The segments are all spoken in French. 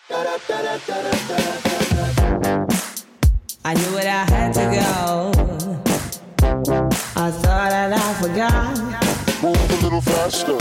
I knew it, I had to go. I thought that I forgot. Move a little faster.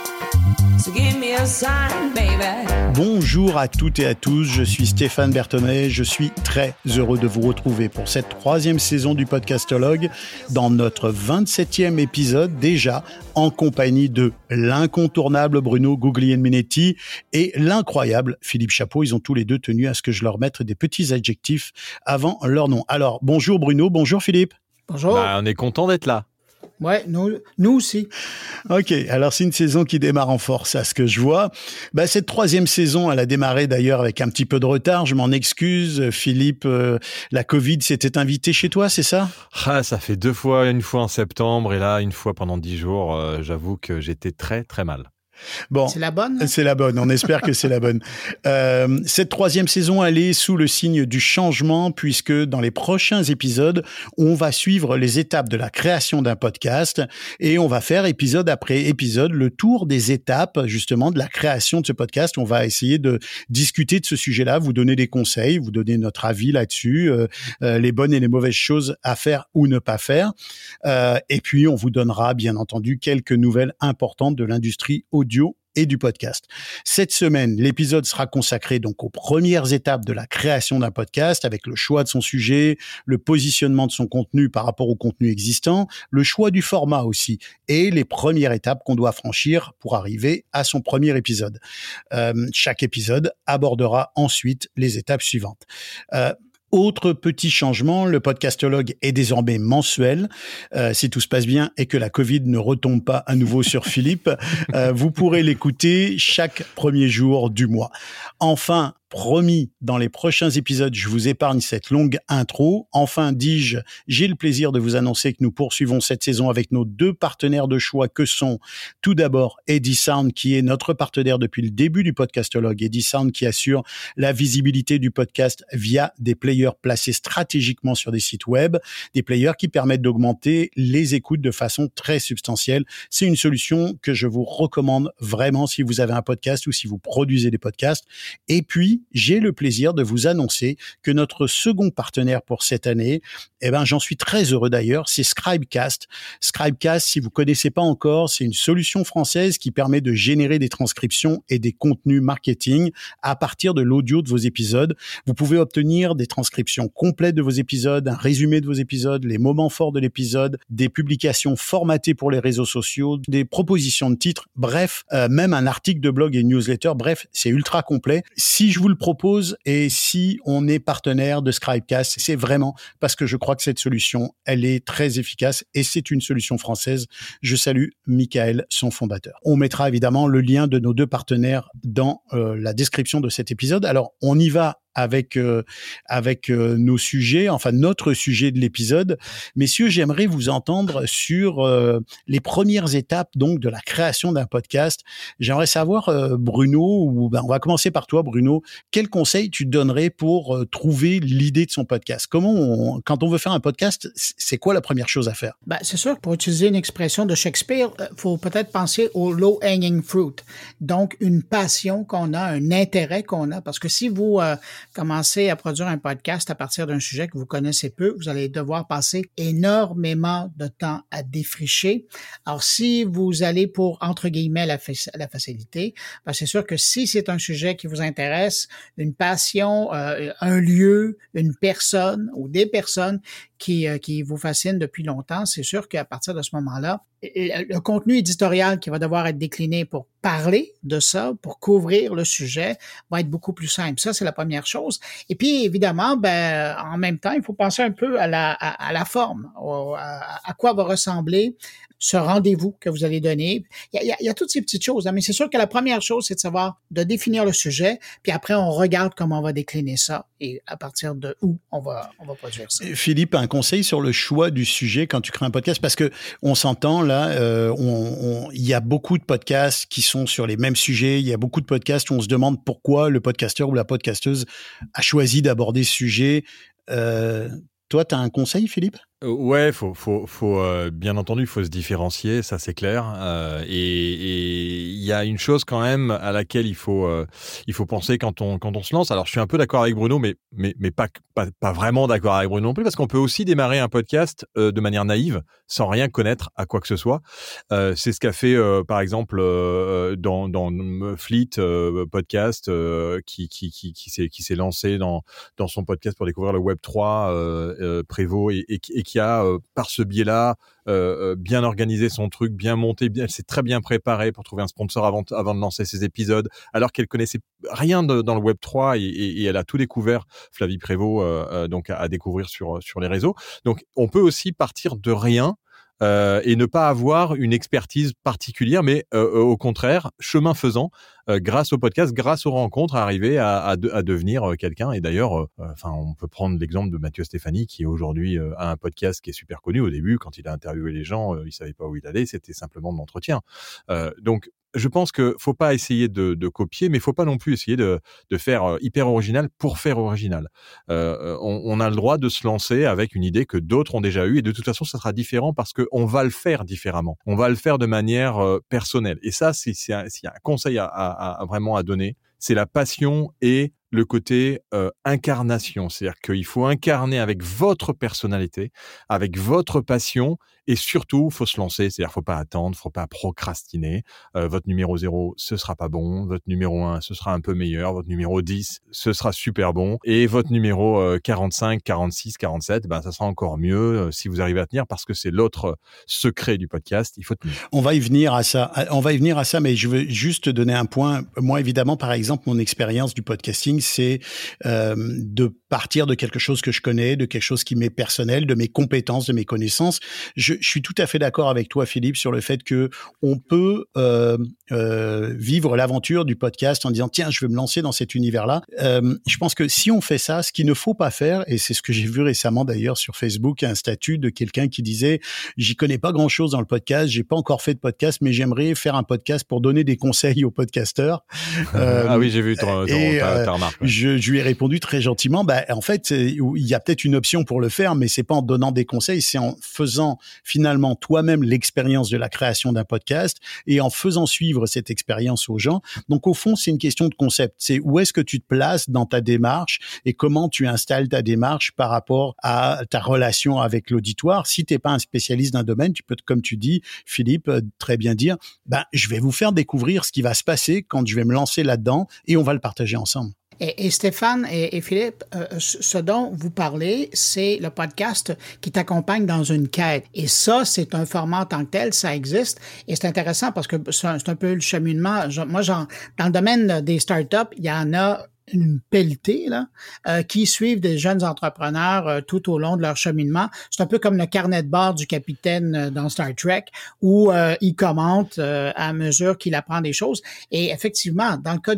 So give me a sign, baby. Bonjour à toutes et à tous, je suis Stéphane Berthommet, je suis très heureux de vous retrouver pour cette 3e saison du Podcastologue, dans notre 27e épisode déjà, en compagnie de l'incontournable Bruno Guglielminetti et l'incroyable Philippe Chapeau. Ils ont tous les deux tenu à ce que je leur mette des petits adjectifs avant leur nom. Alors, bonjour Bruno, bonjour Philippe. Bonjour. On est content d'être là. Ouais, nous aussi. Ok, alors c'est une saison qui démarre en force, à ce que je vois. Cette 3e saison, elle a démarré d'ailleurs avec un petit peu de retard, je m'en excuse. Philippe, la Covid s'était invitée chez toi, c'est ça ? Ça fait 2 fois, une fois en septembre et là, une fois pendant 10 jours. J'avoue que j'étais très très mal. Bon, c'est la bonne. C'est la bonne. On espère que c'est la bonne. Cette 3e saison, elle est sous le signe du changement, puisque dans les prochains épisodes, on va suivre les étapes de la création d'un podcast et on va faire épisode après épisode le tour des étapes justement de la création de ce podcast. On va essayer de discuter de ce sujet-là, vous donner des conseils, vous donner notre avis là-dessus, les bonnes et les mauvaises choses à faire ou ne pas faire. Et puis, on vous donnera bien entendu quelques nouvelles importantes de l'industrie audio et du podcast. Cette semaine, l'épisode sera consacré donc aux premières étapes de la création d'un podcast, avec le choix de son sujet, le positionnement de son contenu par rapport au contenu existant, le choix du format aussi, et les premières étapes qu'on doit franchir pour arriver à son premier épisode. Chaque épisode abordera ensuite les étapes suivantes. Autre petit changement, le Podcastologue est désormais mensuel. Si tout se passe bien et que la Covid ne retombe pas à nouveau sur Philippe, vous pourrez l'écouter chaque premier jour du mois. Enfin, promis, dans les prochains épisodes, je vous épargne cette longue intro. Enfin, dis-je, j'ai le plaisir de vous annoncer que nous poursuivons cette saison avec nos 2 partenaires de choix que sont tout d'abord Edisound, qui est notre partenaire depuis le début du Podcastologue. Edisound qui assure la visibilité du podcast via des players placés stratégiquement sur des sites web, des players qui permettent d'augmenter les écoutes de façon très substantielle. C'est une solution que je vous recommande vraiment si vous avez un podcast ou si vous produisez des podcasts. Et puis, j'ai le plaisir de vous annoncer que notre second partenaire pour cette année, j'en suis très heureux d'ailleurs, c'est Scribecast. Scribecast, si vous connaissez pas encore, c'est une solution française qui permet de générer des transcriptions et des contenus marketing à partir de l'audio de vos épisodes. Vous pouvez obtenir des transcriptions complètes de vos épisodes, un résumé de vos épisodes, les moments forts de l'épisode, des publications formatées pour les réseaux sociaux, des propositions de titres, bref, même un article de blog et une newsletter, bref, c'est ultra complet. Si je vous le propose et si on est partenaire de Scribecast, c'est vraiment parce que je crois que cette solution, elle est très efficace et c'est une solution française. Je salue Michael, son fondateur. On mettra évidemment le lien de nos 2 partenaires dans la description de cet épisode. Alors, on y va avec nos sujets, enfin notre sujet de l'épisode. Messieurs, j'aimerais vous entendre sur les premières étapes donc de la création d'un podcast. J'aimerais savoir, Bruno, on va commencer par toi, Bruno. Quel conseil tu donnerais pour trouver l'idée de son podcast ? Quand on veut faire un podcast, c'est quoi la première chose à faire ? C'est sûr que pour utiliser une expression de Shakespeare, faut peut-être penser au low hanging fruit. Donc, une passion qu'on a, un intérêt qu'on a. Parce que si vous commencez à produire un podcast à partir d'un sujet que vous connaissez peu, vous allez devoir passer énormément de temps à défricher. Alors, si vous allez pour, entre guillemets, la facilité, c'est sûr que si c'est un sujet qui vous intéresse, une passion, un lieu, une personne ou des personnes qui vous fascinent depuis longtemps, c'est sûr qu'à partir de ce moment-là, le contenu éditorial qui va devoir être décliné pour parler de ça, pour couvrir le sujet, va être beaucoup plus simple. Ça, c'est la première chose. Et puis, évidemment, en même temps, il faut penser un peu à la forme, à quoi va ressembler ce rendez-vous que vous allez donner. Il y a toutes ces petites choses, mais c'est sûr que la première chose, c'est de savoir, de définir le sujet, puis après, on regarde comment on va décliner ça et à partir de où on va produire ça. Philippe, un conseil sur le choix du sujet quand tu crées un podcast, parce que on s'entend là, il y a beaucoup de podcasts qui sont sur les mêmes sujets, il y a beaucoup de podcasts où on se demande pourquoi le podcasteur ou la podcasteuse a choisi d'aborder ce sujet. Toi, tu as un conseil, Philippe ? Ouais, faut bien entendu, faut se différencier, ça c'est clair. Et il y a une chose quand même à laquelle il faut penser quand on se lance. Alors je suis un peu d'accord avec Bruno, mais pas vraiment d'accord avec Bruno non plus, parce qu'on peut aussi démarrer un podcast de manière naïve, sans rien connaître à quoi que ce soit. C'est ce qu'a fait par exemple dans Fleet podcast qui s'est lancé dans son podcast pour découvrir le Web 3 Prévost et qui a par ce biais-là bien organisé son truc, bien monté, elle s'est très bien préparée pour trouver un sponsor avant de lancer ses épisodes, alors qu'elle connaissait rien dans le Web 3 et elle a tout découvert, Flavie Prévost, donc à découvrir sur les réseaux. Donc on peut aussi partir de rien. Et ne pas avoir une expertise particulière, mais au contraire, chemin faisant, grâce au podcast, grâce aux rencontres, arriver à devenir quelqu'un. Et d'ailleurs, on peut prendre l'exemple de Mathieu Stéphanie, qui aujourd'hui a un podcast qui est super connu. Au début, quand il a interviewé les gens, il savait pas où il allait, c'était simplement de l'entretien. Donc, je pense que faut pas essayer de copier, mais faut pas non plus essayer de faire hyper original pour faire original. On a le droit de se lancer avec une idée que d'autres ont déjà eue, et de toute façon, ça sera différent parce que on va le faire différemment. On va le faire de manière personnelle. Et ça, s'il y a un conseil à vraiment à donner, c'est la passion et le côté incarnation. C'est-à-dire qu'il faut incarner avec votre personnalité, avec votre passion, et surtout, faut se lancer. C'est-à-dire, faut pas attendre, faut pas procrastiner. Votre numéro 0, ce sera pas bon. Votre numéro 1, ce sera un peu meilleur. Votre numéro 10, ce sera super bon. Et votre numéro 45, 46, 47, ça sera encore mieux si vous arrivez à tenir, parce que c'est l'autre secret du podcast. Il faut tenir. On va y venir à ça, mais je veux juste donner un point. Moi, évidemment, par exemple, mon expérience du podcasting, c'est de partir de quelque chose que je connais, de quelque chose qui m'est personnel, de mes compétences, de mes connaissances. Je suis tout à fait d'accord avec toi, Philippe, sur le fait que on peut vivre l'aventure du podcast en disant tiens, je vais me lancer dans cet univers-là. Je pense que si on fait ça, ce qu'il ne faut pas faire, et c'est ce que j'ai vu récemment d'ailleurs sur Facebook, un statut de quelqu'un qui disait j'y connais pas grand-chose dans le podcast, j'ai pas encore fait de podcast, mais j'aimerais faire un podcast pour donner des conseils aux podcasteurs. Ah oui, j'ai vu ta remarque. Ouais. Je lui ai répondu très gentiment, en fait, il y a peut-être une option pour le faire, mais c'est pas en donnant des conseils, c'est en faisant finalement toi-même l'expérience de la création d'un podcast et en faisant suivre cette expérience aux gens. Donc au fond, c'est une question de concept. C'est où est-ce que tu te places dans ta démarche et comment tu installes ta démarche par rapport à ta relation avec l'auditoire. Si t'es pas un spécialiste d'un domaine, tu peux, comme tu dis, Philippe, très bien dire, je vais vous faire découvrir ce qui va se passer quand je vais me lancer là-dedans et on va le partager ensemble. Et Stéphane et Philippe, ce dont vous parlez, c'est le podcast qui t'accompagne dans une quête. Et ça, c'est un format en tant que tel, ça existe. Et c'est intéressant parce que c'est un peu le cheminement. Dans le domaine des startups, il y en a une pelletée là, qui suivent des jeunes entrepreneurs tout au long de leur cheminement. C'est un peu comme le carnet de bord du capitaine dans Star Trek, où il commente à mesure qu'il apprend des choses. Et effectivement, dans le cas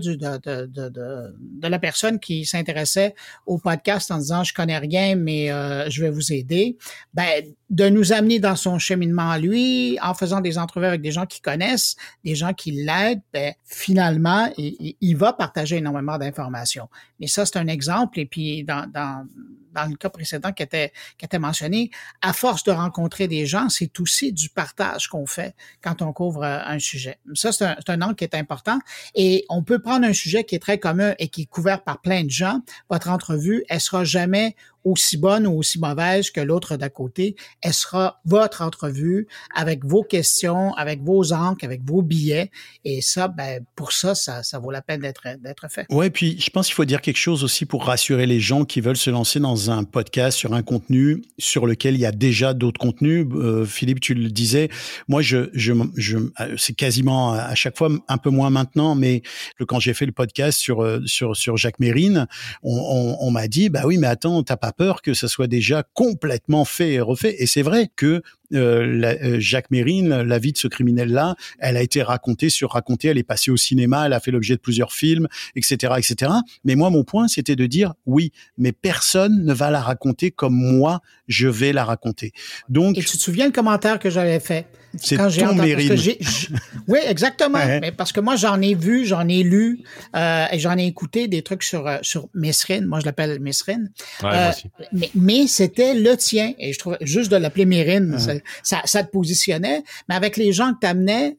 de la personne qui s'intéressait au podcast en disant je connais rien, mais je vais vous aider, de nous amener dans son cheminement à lui, en faisant des entrevues avec des gens qui connaissent, des gens qui l'aident, finalement, il va partager énormément d'informations. Mais ça, c'est un exemple. Et puis, dans le cas précédent qui était mentionné, à force de rencontrer des gens, c'est aussi du partage qu'on fait quand on couvre un sujet. Ça, c'est un angle qui est important. Et on peut prendre un sujet qui est très commun et qui est couvert par plein de gens. Votre entrevue, elle sera jamais aussi bonne ou aussi mauvaise que l'autre d'à côté. Elle sera votre entrevue avec vos questions, avec vos encres, avec vos billets. Et ça, pour ça vaut la peine d'être fait. Ouais, puis je pense qu'il faut dire quelque chose aussi pour rassurer les gens qui veulent se lancer dans un podcast sur un contenu sur lequel il y a déjà d'autres contenus. Philippe, tu le disais. Moi, c'est quasiment à chaque fois un peu moins maintenant, mais quand j'ai fait le podcast sur Jacques Mérine, on m'a dit, oui, mais attends, t'as pas peur que ça soit déjà complètement fait et refait. Et c'est vrai que Jacques Mérine, la vie de ce criminel-là, elle a été racontée, elle est passée au cinéma, elle a fait l'objet de plusieurs films, etc., etc. Mais moi, mon point, c'était de dire, oui, mais personne ne va la raconter comme moi, je vais la raconter. Donc, et tu te souviens le commentaire que j'avais fait? C'est quand j'ai ton entendu, Mérine. parce que oui, exactement. Ouais. Mais parce que moi, j'en ai vu, j'en ai lu, et j'en ai écouté des trucs sur Mesrine. Moi, je l'appelle Mesrine. Ouais, moi aussi. Mais c'était le tien. Et je trouvais juste de l'appeler Mérine, ça te positionnait. Mais avec les gens que t'amenais,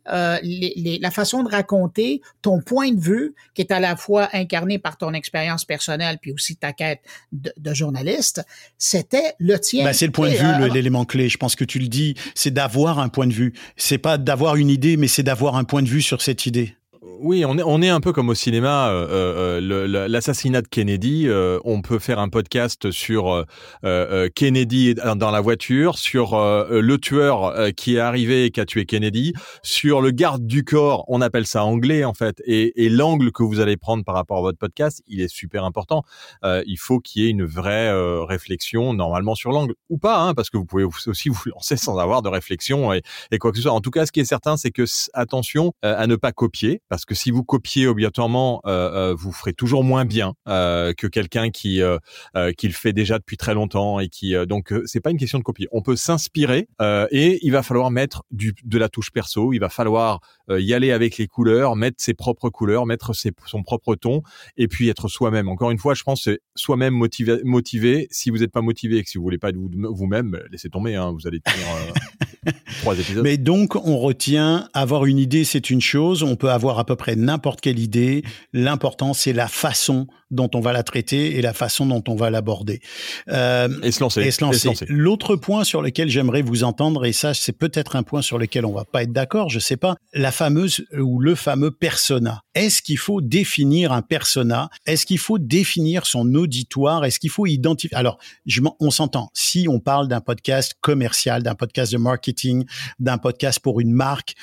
la façon de raconter ton point de vue, qui est à la fois incarné par ton expérience personnelle puis aussi ta quête de journaliste, c'était le tien. Ben, c'est le point de vue, l'élément clé. Je pense que tu le dis, c'est d'avoir un point de vue. C'est pas d'avoir une idée, mais c'est d'avoir un point de vue sur cette idée. Oui, on est un peu comme au cinéma, l'assassinat de Kennedy. On peut faire un podcast sur Kennedy dans la voiture, sur le tueur qui est arrivé et qui a tué Kennedy, sur le garde du corps. On appelle ça anglais en fait. Et l'angle que vous allez prendre par rapport à votre podcast, il est super important. Il faut qu'il y ait une vraie réflexion normalement sur l'angle ou pas, hein, parce que vous pouvez aussi vous lancer sans avoir de réflexion et quoi que ce soit. En tout cas, ce qui est certain, c'est que attention à ne pas copier. Parce que si vous copiez obligatoirement, vous ferez toujours moins bien que quelqu'un qui le fait déjà depuis très longtemps et qui donc c'est pas une question de copier. On peut s'inspirer et il va falloir mettre de la touche perso. Il va falloir y aller avec les couleurs, mettre ses propres couleurs, mettre son propre ton et puis être soi-même. Encore une fois, je pense que c'est soi-même motivé. Si vous n'êtes pas motivé et que si vous voulez pas être vous-même, laissez tomber. Hein, vous allez tenir 3 épisodes. Mais donc, on retient, avoir une idée, c'est une chose. On peut avoir à peu près n'importe quelle idée. L'important, c'est la façon dont on va la traiter et la façon dont on va l'aborder. Et se lancer. L'autre point sur lequel j'aimerais vous entendre, et ça, c'est peut-être un point sur lequel on va pas être d'accord, je sais pas, la fameuse ou le fameux persona. Est-ce qu'il faut définir un persona? Est-ce qu'il faut définir son auditoire? Est-ce qu'il faut identifier? Alors, on s'entend. Si on parle d'un podcast commercial, d'un podcast de marketing, d'un podcast pour une marque,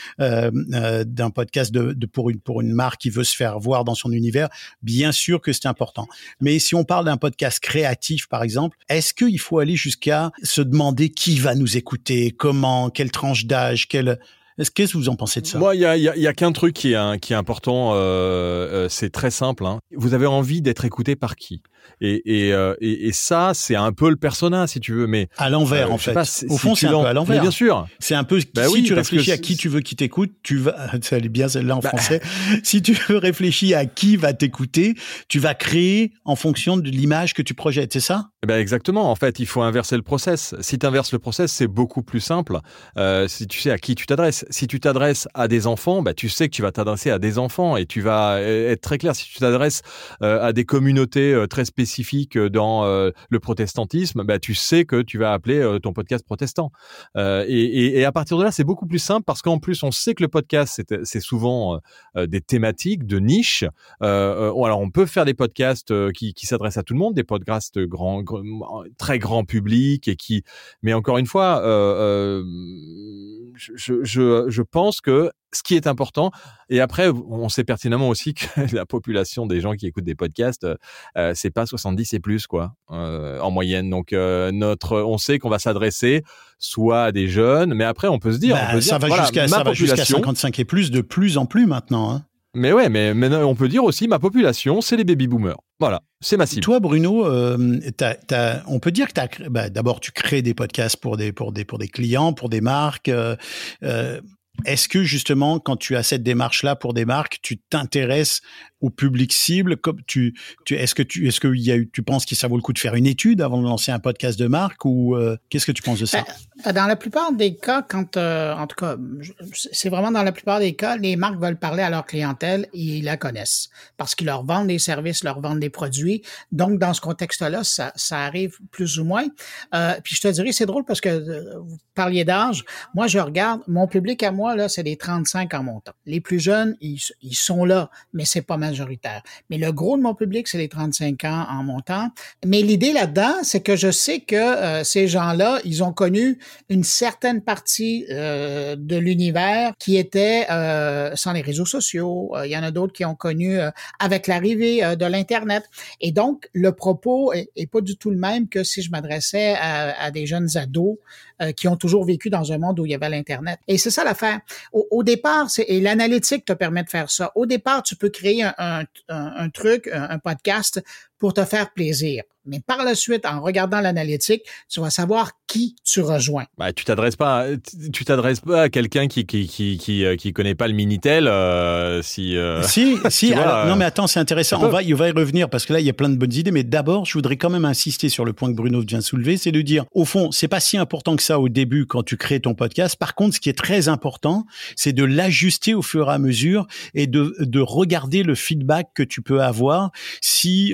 d'un podcast pour une marque qui veut se faire voir dans son univers, bien sûr que c'est important. Mais si on parle d'un podcast créatif, par exemple, est-ce qu'il faut aller jusqu'à se demander qui va nous écouter, comment, quelle tranche d'âge, Qu'est-ce que vous en pensez de ça? Moi, il y a qu'un truc qui est important. C'est très simple. Hein. Vous avez envie d'être écouté par qui? Et ça, c'est un peu le persona, si tu veux. Mais à l'envers, en fait. Au fond, c'est un peu à l'envers. Mais bien sûr. C'est un peu. Si tu réfléchis à qui tu veux qui t'écoute, tu vas. Ça allait bien celle-là en français. Si tu réfléchis à qui va t'écouter, tu vas créer en fonction de l'image que tu projettes. C'est ça? Exactement. En fait, il faut inverser le process. Si tu inverses le process, c'est beaucoup plus simple. Si tu sais à qui tu t'adresses. Si tu t'adresses à des enfants, tu sais que tu vas t'adresser à des enfants et tu vas être très clair. Si tu t'adresses à des communautés très spécifiques dans le protestantisme, tu sais que tu vas appeler ton podcast protestant. Et à partir de là, c'est beaucoup plus simple parce qu'en plus, on sait que le podcast, c'est souvent des thématiques de niche. Alors, on peut faire des podcasts qui s'adressent à tout le monde, des podcasts très grand public mais encore une fois, je pense que ce qui est important, et après, on sait pertinemment aussi que la population des gens qui écoutent des podcasts, c'est pas 70 et plus, quoi, en moyenne. Donc, on sait qu'on va s'adresser soit à des jeunes, mais après, on peut se dire, ça va jusqu'à 55 et plus de plus en plus maintenant, hein. Mais ouais, mais on peut dire aussi, ma population, c'est les baby-boomers. Voilà, c'est ma cible. Toi, Bruno, on peut dire que d'abord, tu crées des podcasts pour des clients, pour des marques. Est-ce que justement, quand tu as cette démarche-là pour des marques, tu t'intéresses au public cible? Comme est-ce que tu penses que ça vaut le coup de faire une étude avant de lancer un podcast de marque ou qu'est-ce que tu penses de ça? Dans la plupart des cas, en tout cas, c'est vraiment dans la plupart des cas, les marques veulent parler à leur clientèle et ils la connaissent parce qu'ils leur vendent des services, leur vendent des produits. Donc, dans ce contexte-là, ça arrive plus ou moins. Puis je te dirais, c'est drôle parce que vous parliez d'âge. Moi, je regarde mon public à moi. moi, là, c'est des 35 en montant. Les plus jeunes, ils sont là, mais c'est pas majoritaire. Mais le gros de mon public, c'est les 35 ans en montant. Mais l'idée là-dedans, c'est que je sais que ces gens-là, ils ont connu une certaine partie de l'univers qui était sans les réseaux sociaux. Il y en a d'autres qui ont connu avec l'arrivée de l'Internet. Et donc, le propos est pas du tout le même que si je m'adressais à des jeunes ados qui ont toujours vécu dans un monde où il y avait l'Internet. Et c'est ça l'affaire. Au départ, et l'analytique te permet de faire ça. Au départ, tu peux créer un truc, un podcast pour te faire plaisir. Mais par la suite, en regardant l'analytique, tu vas savoir qui tu rejoins. Bah, tu t'adresses pas à quelqu'un qui connaît pas le Minitel, Si, vois, alors, non, mais attends, c'est intéressant. On va y revenir parce que là, il y a plein de bonnes idées. Mais d'abord, je voudrais quand même insister sur le point que Bruno vient de soulever, c'est de dire, au fond, c'est pas si important que ça au début quand tu crées ton podcast. Par contre, ce qui est très important, c'est de l'ajuster au fur et à mesure et de regarder le feedback que tu peux avoir si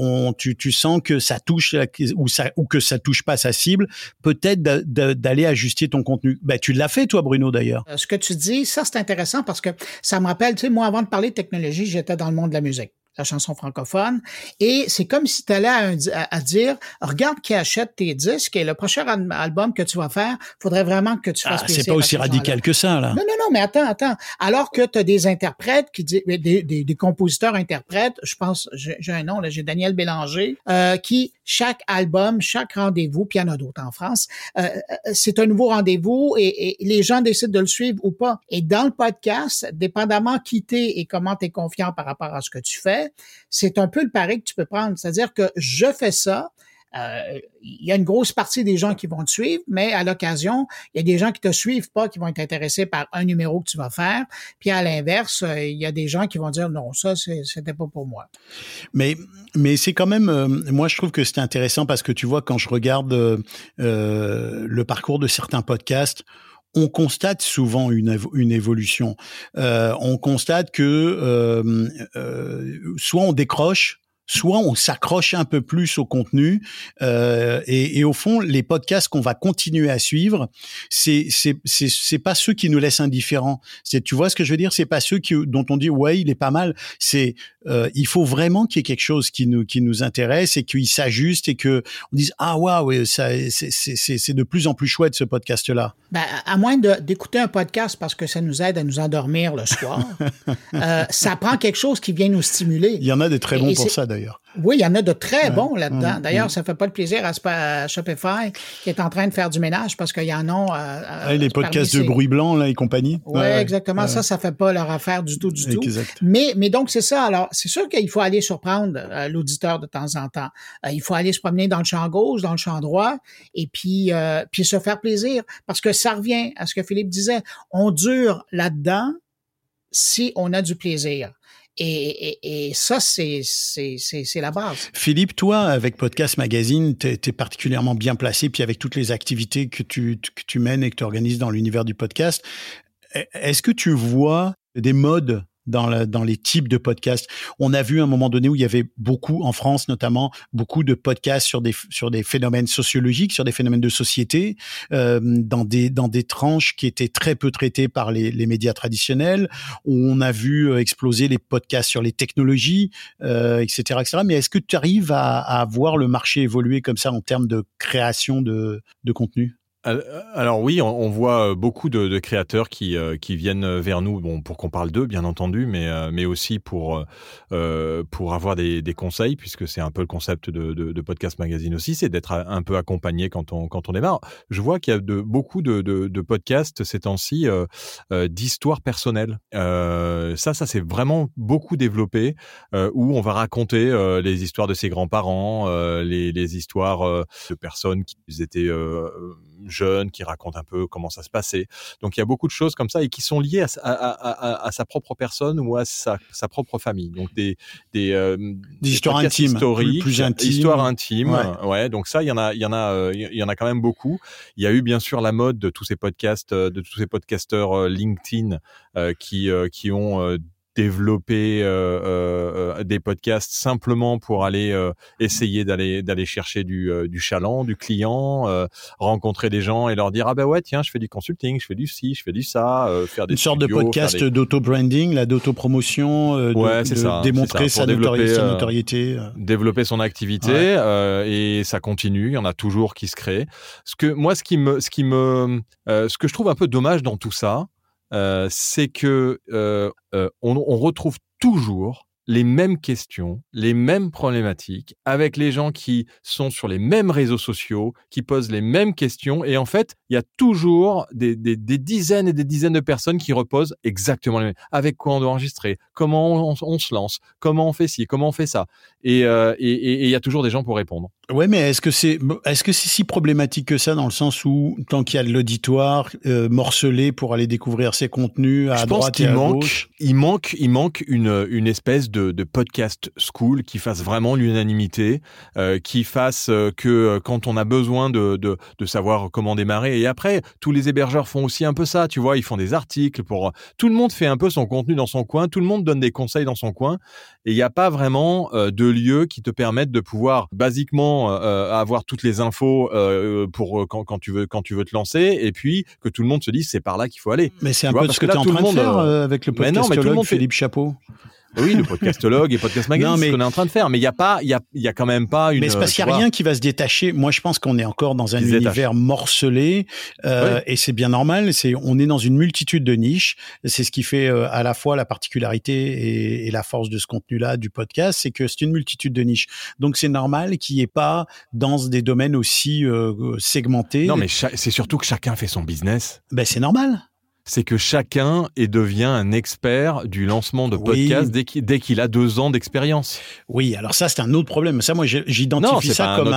tu sens que ça touche ou que ça touche pas sa cible, peut-être d'aller ajuster ton contenu. Ben, tu l'as fait, toi, Bruno, d'ailleurs. Ce que tu dis, ça, c'est intéressant parce que ça me rappelle, tu sais, moi, avant de parler de technologie, j'étais dans le monde de la musique, la chanson francophone, et c'est comme si tu allais à dire, regarde qui achète tes disques et le prochain album que tu vas faire, faudrait vraiment que tu fasses plaisir. C'est pas aussi radical que ça, là. Non, mais attends. Alors que tu as des interprètes qui disent, des compositeurs-interprètes, je pense, j'ai un nom, là, j'ai Daniel Bélanger, qui, chaque album, chaque rendez-vous, puis il y en a d'autres en France, c'est un nouveau rendez-vous et les gens décident de le suivre ou pas. Et dans le podcast, dépendamment qui t'es et comment t'es confiant par rapport à ce que tu fais, c'est un peu le pari que tu peux prendre. C'est-à-dire que je fais ça, il y a une grosse partie des gens qui vont te suivre, mais à l'occasion, il y a des gens qui te suivent pas, qui vont être intéressés par un numéro que tu vas faire. Puis à l'inverse, il y a des gens qui vont dire non, ça, c'était pas pour moi. Mais c'est quand même, moi je trouve que c'est intéressant parce que tu vois, quand je regarde le parcours de certains podcasts, on constate souvent une évolution. On constate que soit on décroche, soit on s'accroche un peu plus au contenu, et au fond, les podcasts qu'on va continuer à suivre, c'est pas ceux qui nous laissent indifférents. Tu vois ce que je veux dire? C'est pas ceux dont on dit ouais, il est pas mal. Il faut vraiment qu'il y ait quelque chose qui nous intéresse et qu'il s'ajuste et que on dise ah waouh, c'est de plus en plus chouette ce podcast-là. Ben, à moins d'écouter un podcast parce que ça nous aide à nous endormir le soir, ça prend quelque chose qui vient nous stimuler. Il y en a des très bons pour ça d'ailleurs. Oui, il y en a de très bons là-dedans. D'ailleurs, ça fait pas de plaisir à Shopify qui est en train de faire du ménage parce qu'il y en a... les podcasts de bruit blanc là et compagnie. Oui, exactement. Ça fait pas leur affaire du tout. Exact. Mais donc, c'est ça. Alors, c'est sûr qu'il faut aller surprendre l'auditeur de temps en temps. Il faut aller se promener dans le champ gauche, dans le champ droit et puis se faire plaisir. Parce que ça revient à ce que Philippe disait. On dure là-dedans si on a du plaisir. Et ça, c'est la base. Philippe, toi, avec Podcast Magazine, t'es particulièrement bien placé, puis avec toutes les activités que tu mènes et que tu organises dans l'univers du podcast, est-ce que tu vois des modes dans les types de podcasts? On a vu à un moment donné où il y avait beaucoup, en France notamment, beaucoup de podcasts sur des phénomènes sociologiques, sur des phénomènes de société, dans des tranches qui étaient très peu traitées par les médias traditionnels. On a vu exploser les podcasts sur les technologies, etc., etc. Mais est-ce que tu arrives à voir le marché évoluer comme ça en termes de création de contenu? Alors oui, on voit beaucoup de créateurs qui viennent vers nous, bon, pour qu'on parle d'eux, bien entendu, mais aussi pour avoir des conseils, puisque c'est un peu le concept de Podcast Magazine aussi, c'est d'être un peu accompagné quand on démarre. Je vois qu'il y a beaucoup de podcasts ces temps-ci d'histoires personnelles. Ça s'est vraiment beaucoup développé, où on va raconter les histoires de ses grands-parents, les histoires de personnes qui étaient jeunes, qui racontent un peu comment ça se passait. Donc il y a beaucoup de choses comme ça et qui sont liées à sa propre personne ou à sa propre famille. Donc des histoires intimes, plus intimes. Histoires intimes. Ouais. Donc ça, il y en a quand même beaucoup. Il y a eu bien sûr la mode de tous ces podcasts, de tous ces podcasteurs LinkedIn qui ont développer des podcasts simplement pour aller essayer d'aller chercher du chaland, du client, rencontrer des gens et leur dire ah ben ouais tiens je fais du consulting, je fais du ci, je fais du ça, faire des une sorte studios, de podcast d'auto-branding, d'autopromotion, démontrer sa notoriété, développer son activité et ça continue, il y en a toujours qui se créent. Ce que je trouve un peu dommage dans tout ça, c'est que on retrouve toujours les mêmes questions, les mêmes problématiques, avec les gens qui sont sur les mêmes réseaux sociaux, qui posent les mêmes questions, et en fait, il y a toujours des dizaines et des dizaines de personnes qui reposent exactement les mêmes. Avec quoi on doit enregistrer ? Comment on se lance ? Comment on fait ci ? Comment on fait ça ? Et il y a toujours des gens pour répondre. Ouais, mais est-ce que c'est si problématique que ça, dans le sens où tant qu'il y a de l'auditoire morcelé pour aller découvrir ses contenus à droite et à gauche, il manque une espèce de podcast school qui fasse vraiment l'unanimité, qui fasse que quand on a besoin de savoir comment démarrer, et après tous les hébergeurs font aussi un peu ça, tu vois, ils font des articles pour tout le monde fait un peu son contenu dans son coin, tout le monde donne des conseils dans son coin, et il n'y a pas vraiment de lieu qui te permettent de pouvoir basiquement avoir toutes les infos pour quand tu veux te lancer, et puis que tout le monde se dise c'est par là qu'il faut aller. Mais c'est un peu ce que tu es en train de faire avec le podcastologue Philippe Chapeau. Oui, le podcastologue et podcast magazine, c'est ce qu'on est en train de faire, mais il y a quand même pas une. Mais c'est parce qu'il y a rien qui va se détacher. Moi, je pense qu'on est encore dans un univers morcelé, et c'est bien normal. On est dans une multitude de niches. C'est ce qui fait à la fois la particularité et la force de ce contenu-là du podcast, c'est que c'est une multitude de niches. Donc c'est normal qu'il n'y ait pas dans des domaines aussi segmentés. Non, mais c'est surtout que chacun fait son business. Ben c'est normal. C'est que chacun devient un expert du lancement de podcast dès qu'il a 2 ans d'expérience. Oui, alors ça, c'est un autre problème. Ça, moi, j'identifie ça comme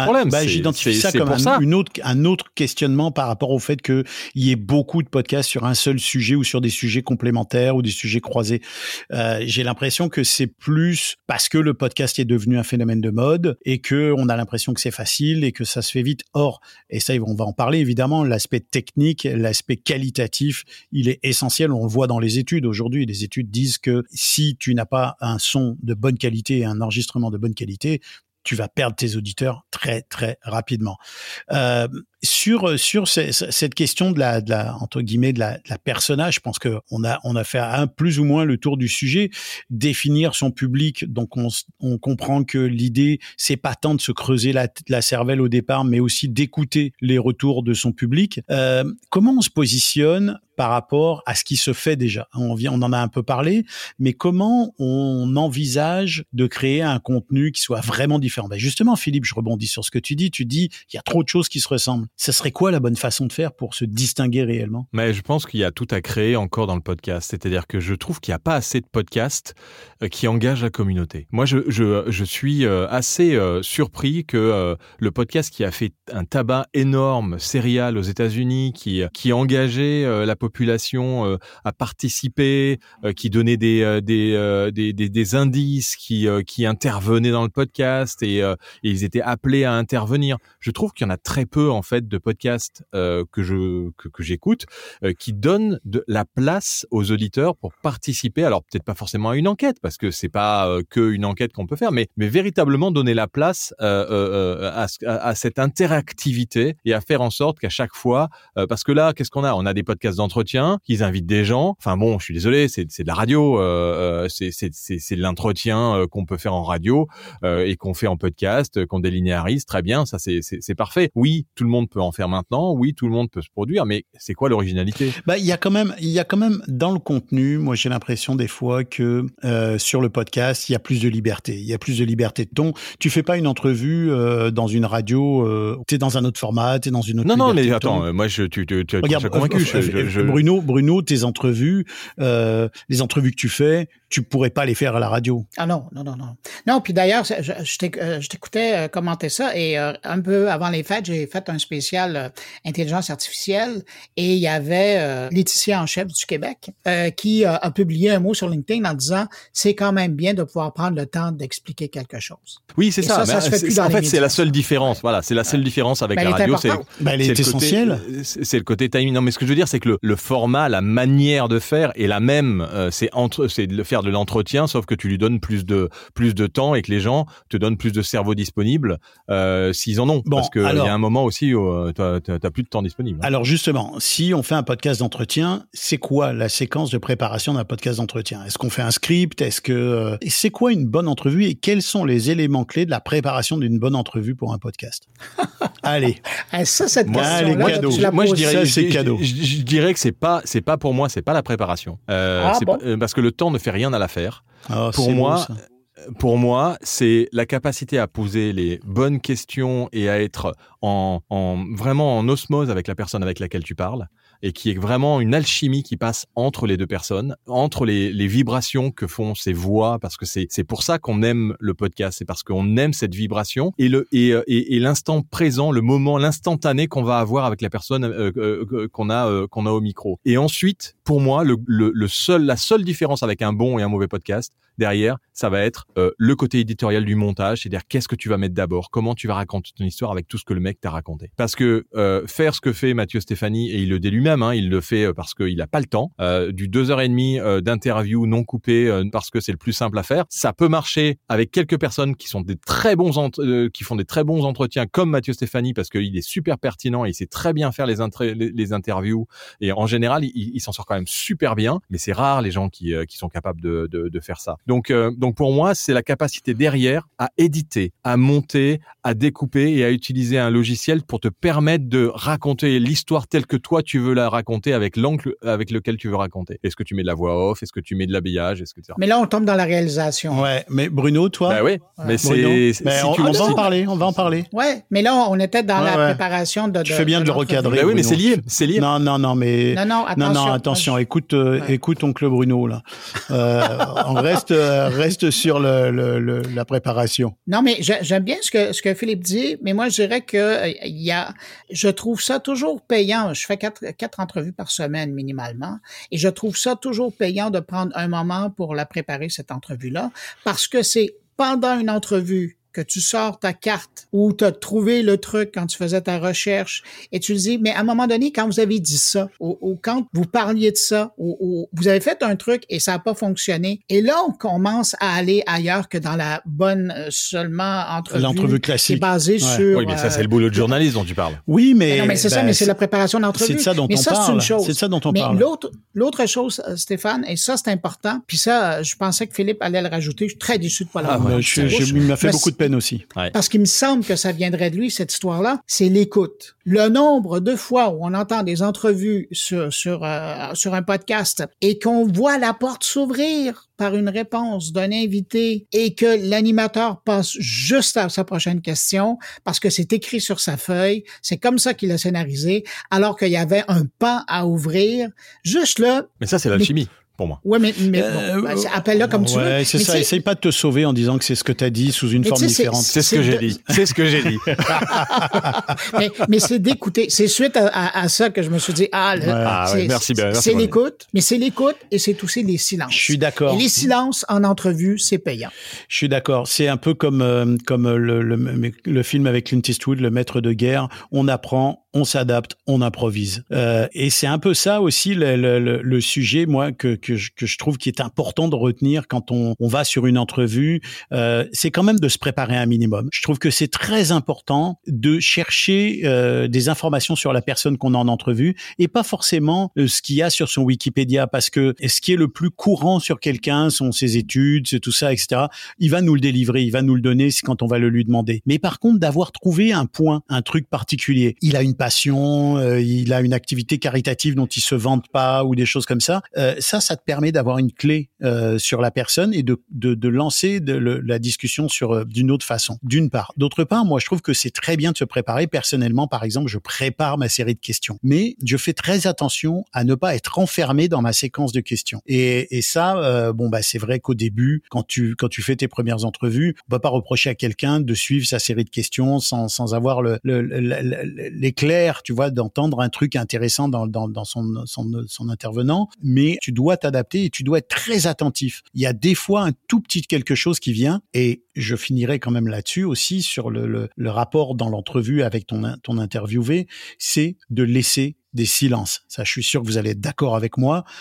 un autre questionnement par rapport au fait qu'il y ait beaucoup de podcasts sur un seul sujet ou sur des sujets complémentaires ou des sujets croisés. J'ai l'impression que c'est plus parce que le podcast est devenu un phénomène de mode et que on a l'impression que c'est facile et que ça se fait vite. Or, et ça, on va en parler évidemment, l'aspect technique, l'aspect qualitatif, il est essentiel, on le voit dans les études aujourd'hui. Les études disent que si tu n'as pas un son de bonne qualité et un enregistrement de bonne qualité, tu vas perdre tes auditeurs très, très rapidement. Sur cette question de la entre guillemets de la personnage, je pense que on a fait plus ou moins le tour du sujet. Définir son public, donc on comprend que l'idée c'est pas tant de se creuser la cervelle au départ, mais aussi d'écouter les retours de son public. Comment on se positionne par rapport à ce qui se fait déjà? On en a un peu parlé, mais comment on envisage de créer un contenu qui soit vraiment différent? Ben justement, Philippe, je rebondis sur ce que tu dis. Tu dis qu'il y a trop de choses qui se ressemblent. Ça serait quoi la bonne façon de faire pour se distinguer réellement? Mais je pense qu'il y a tout à créer encore dans le podcast. C'est-à-dire que je trouve qu'il n'y a pas assez de podcasts qui engagent la communauté. Moi, je suis assez surpris que le podcast qui a fait un tabac énorme, Serial aux États-Unis, qui engageait la population à participer, qui donnait des indices, qui intervenaient dans le podcast et ils étaient appelés à intervenir. Je trouve qu'il y en a très peu en fait de podcasts que j'écoute qui donnent de la place aux auditeurs pour participer. Alors peut-être pas forcément à une enquête parce que c'est pas que une enquête qu'on peut faire, mais véritablement donner la place à cette interactivité et à faire en sorte qu'à chaque fois, parce que là, qu'est-ce qu'on a? On a des podcasts d'entretien, qu'ils invitent des gens. Enfin bon, je suis désolé, c'est de la radio, c'est de l'entretien qu'on peut faire en radio et qu'on fait en podcast, qu'on délinéarise, très bien, ça c'est parfait. Oui, tout le monde peut en faire maintenant, oui, tout le monde peut se produire, mais c'est quoi l'originalité? Bah il y a quand même dans le contenu, moi j'ai l'impression des fois que sur le podcast, il y a plus de liberté, il y a plus de liberté de ton. Tu fais pas une entrevue dans une radio, t'es dans un autre format, t'es dans une autre Non, mais attends, moi tu as convaincu. Bruno, tes entrevues, les entrevues que tu fais, tu pourrais pas les faire à la radio. Ah non. Non, puis d'ailleurs, je t'écoutais commenter ça et un peu avant les fêtes, j'ai fait un spécial intelligence artificielle et il y avait Laetitia en chef du Québec qui a publié un mot sur LinkedIn en disant c'est quand même bien de pouvoir prendre le temps d'expliquer quelque chose. Oui, c'est ça. Ça se fait plus dans en les fait, médias. c'est la seule différence. Voilà, c'est la seule différence avec la radio. Elle est essentielle. C'est le côté timing. Non, mais ce que je veux dire, c'est que le format, la manière de faire est la même. C'est de le faire de l'entretien, sauf que tu lui donnes plus de temps et que les gens te donnent plus de cerveau disponible s'ils en ont. Bon, parce qu'il y a un moment aussi où t'as plus de temps disponible. Alors justement, si on fait un podcast d'entretien, c'est quoi la séquence de préparation d'un podcast d'entretien? Est-ce qu'on fait un script? C'est quoi une bonne entrevue et quels sont les éléments clés de la préparation d'une bonne entrevue pour un podcast? Allez. Ça, cette Allez, question-là, cadeau. tu la Moi, je poses. dirais, Ça, c'est cadeau. Je dirais que c'est pas pour moi, c'est pas la préparation. Parce que le temps ne fait rien à l'affaire. Oh, Pour c'est moi, beau, ça. Pour moi, c'est la capacité à poser les bonnes questions et à être vraiment en osmose avec la personne avec laquelle tu parles, et qui est vraiment une alchimie qui passe entre les deux personnes, entre les vibrations que font ces voix, parce que c'est pour ça qu'on aime le podcast, c'est parce qu'on aime cette vibration et l'instant présent, le moment, l'instantané qu'on va avoir avec la personne qu'on a au micro. Et ensuite, pour moi, la seule différence avec un bon et un mauvais podcast derrière, ça va être le côté éditorial du montage, c'est-à-dire qu'est-ce que tu vas mettre d'abord, comment tu vas raconter ton histoire avec tout ce que le mec t'a raconté. Parce que faire ce que fait Mathieu Stéphanie, et il le dit lui-même, il le fait parce qu'il a pas le temps, du 2h30 d'interview non coupé parce que c'est le plus simple à faire. Ça peut marcher avec quelques personnes qui sont des très bons qui font des très bons entretiens comme Mathieu Stéphanie, parce qu'il est super pertinent et il sait très bien faire les interviews, et en général il s'en sort quand même super bien, mais c'est rare les gens qui sont capables de faire ça. Donc pour moi, c'est la capacité derrière à éditer, à monter, à découper et à utiliser un logiciel pour te permettre de raconter l'histoire telle que toi tu veux la raconter, avec l'angle avec lequel tu veux raconter. Est-ce que tu mets de la voix off? Est-ce que tu mets de l'habillage? Mais là, on tombe dans la réalisation. Ouais, mais Bruno, toi? Bah oui, mais on va en parler. Ouais, mais là, on était dans la préparation de. Tu fais bien de le recadrer. Bah oui, mais c'est lié. Non, attention. Écoute oncle Bruno, là. On reste sur la préparation. Non, mais j'aime bien ce que Philippe dit, mais moi, je dirais que je trouve ça toujours payant. Je fais quatre entrevues par semaine minimalement, et je trouve ça toujours payant de prendre un moment pour la préparer, cette entrevue-là, parce que c'est pendant une entrevue que tu sors ta carte ou tu as trouvé le truc quand tu faisais ta recherche et tu le dis, mais à un moment donné, quand vous avez dit ça, ou quand vous parliez de ça, ou vous avez fait un truc et ça n'a pas fonctionné, et là, on commence à aller ailleurs que dans la bonne seulement entrevue. L'entrevue classique. Qui est basée sur... Oui, mais ça, c'est le boulot de journaliste dont tu parles. Oui, mais... Non, mais c'est ça, mais c'est la préparation d'entrevue. C'est de ça dont on parle. C'est une chose. C'est de ça dont on mais parle. L'autre chose, Stéphane, et ça, c'est important, puis ça, je pensais que Philippe allait le rajouter. Je suis très déçu de pas l'avoir. Il m'a fait beaucoup de peine aussi. Ouais. Parce qu'il me semble que ça viendrait de lui, cette histoire-là, c'est l'écoute. Le nombre de fois où on entend des entrevues sur un podcast et qu'on voit la porte s'ouvrir par une réponse d'un invité et que l'animateur passe juste à sa prochaine question parce que c'est écrit sur sa feuille, c'est comme ça qu'il a scénarisé, alors qu'il y avait un pan à ouvrir. Juste là... Mais ça, c'est l'alchimie. Pour moi. Ouais, mais appelle-le comme tu veux. Ouais, c'est ça. Essaye pas de te sauver en disant que c'est ce que t'as dit sous une forme différente. C'est ce que j'ai dit. C'est ce que j'ai dit. mais c'est d'écouter. C'est suite à ça que je me suis dit, merci bien. C'est l'écoute, mais c'est l'écoute et c'est aussi les silences. Je suis d'accord. Et les silences en entrevue, c'est payant. Je suis d'accord. C'est un peu comme le film avec Clint Eastwood, Le Maître de guerre. On apprend, on s'adapte, on improvise. Et c'est un peu ça aussi le sujet, moi, que je trouve qui est important de retenir quand on va sur une entrevue. C'est quand même de se préparer un minimum. Je trouve que c'est très important de chercher des informations sur la personne qu'on a en entrevue et pas forcément ce qu'il y a sur son Wikipédia, parce que ce qui est le plus courant sur quelqu'un sont ses études, c'est tout ça, etc. Il va nous le délivrer, il va nous le donner, c'est quand on va le lui demander. Mais par contre, d'avoir trouvé un point, un truc particulier, il a une passion, il a une activité caritative dont il se vante pas ou des choses comme ça, ça te permet d'avoir une clé sur la personne et de lancer la discussion d'une autre façon, d'une part. D'autre part, moi, je trouve que c'est très bien de se préparer. Personnellement, par exemple, je prépare ma série de questions. Mais je fais très attention à ne pas être enfermé dans ma séquence de questions. Et ça, c'est vrai qu'au début, quand tu fais tes premières entrevues, on peut pas reprocher à quelqu'un de suivre sa série de questions sans avoir l'éclair, tu vois, d'entendre un truc intéressant dans son intervenant. Mais tu dois t'adapter et tu dois être très attentif. Il y a des fois un tout petit quelque chose qui vient, et je finirai quand même là-dessus aussi sur le rapport dans l'entrevue avec ton interviewé, c'est de laisser des silences. Ça, je suis sûr que vous allez être d'accord avec moi.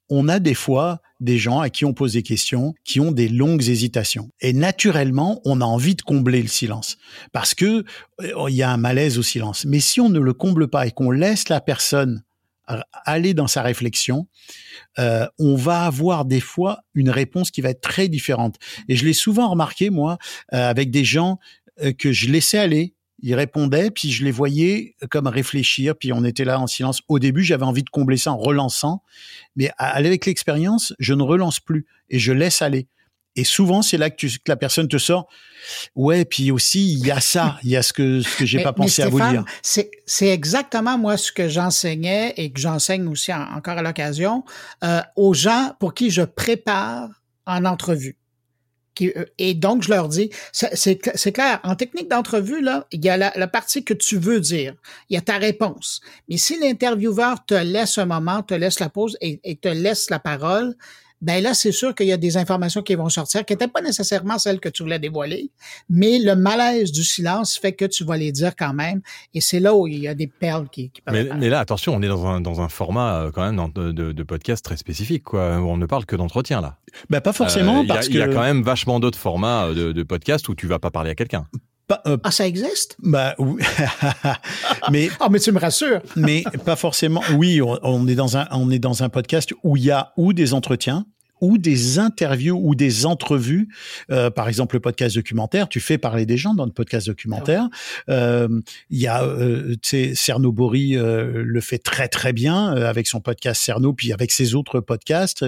on a des fois des gens à qui on pose des questions qui ont des longues hésitations. Et naturellement, on a envie de combler le silence parce que il y a un malaise au silence. Mais si on ne le comble pas et qu'on laisse la personne aller dans sa réflexion, on va avoir des fois une réponse qui va être très différente. Et je l'ai souvent remarqué, moi, avec des gens que je laissais aller. Ils répondaient, puis je les voyais comme réfléchir, puis on était là en silence. Au début, j'avais envie de combler ça en relançant, mais avec l'expérience, je ne relance plus et je laisse aller. Et souvent, c'est là que la personne te sort. Ouais, puis aussi, il y a ça, il y a ce que j'ai pas pensé Stéphane, à vous dire. C'est exactement moi ce que j'enseignais et que j'enseigne aussi encore à l'occasion aux gens pour qui je prépare en entrevue. Et donc, je leur dis, c'est clair, en technique d'entrevue, là, il y a la partie que tu veux dire. Il y a ta réponse. Mais si l'intervieweur te laisse un moment, te laisse la pause et te laisse la parole, ben là, c'est sûr qu'il y a des informations qui vont sortir qui n'étaient pas nécessairement celles que tu voulais dévoiler, mais le malaise du silence fait que tu vas les dire quand même, et c'est là où il y a des perles qui peuvent mais là, attention, on est dans un format quand même de podcast très spécifique, quoi, où on ne parle que d'entretien, là. Ben, pas forcément, parce que... Il y a quand même vachement d'autres formats de podcast où tu vas pas parler à quelqu'un. Ah, ça existe? Bah oui. Mais mais tu me rassures. Mais pas forcément. Oui, on est dans un podcast où il y a ou des entretiens, ou des interviews, ou des entrevues. Par exemple, le podcast documentaire, tu fais parler des gens dans le podcast documentaire. Il y a, tu sais, Cerno Bory le fait très très bien avec son podcast Cerno, puis avec ses autres podcasts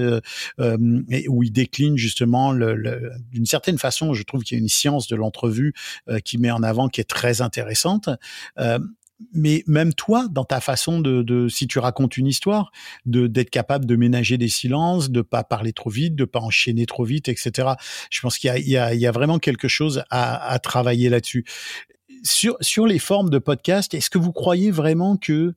où il décline justement d'une certaine façon. Je trouve qu'il y a une science de l'entrevue qui met en avant, qui est très intéressante. Mais même toi, dans ta façon si tu racontes une histoire, d'être capable de ménager des silences, de pas parler trop vite, de pas enchaîner trop vite, etc. Je pense qu'il y a vraiment quelque chose à travailler là-dessus. Sur les formes de podcast, est-ce que vous croyez vraiment que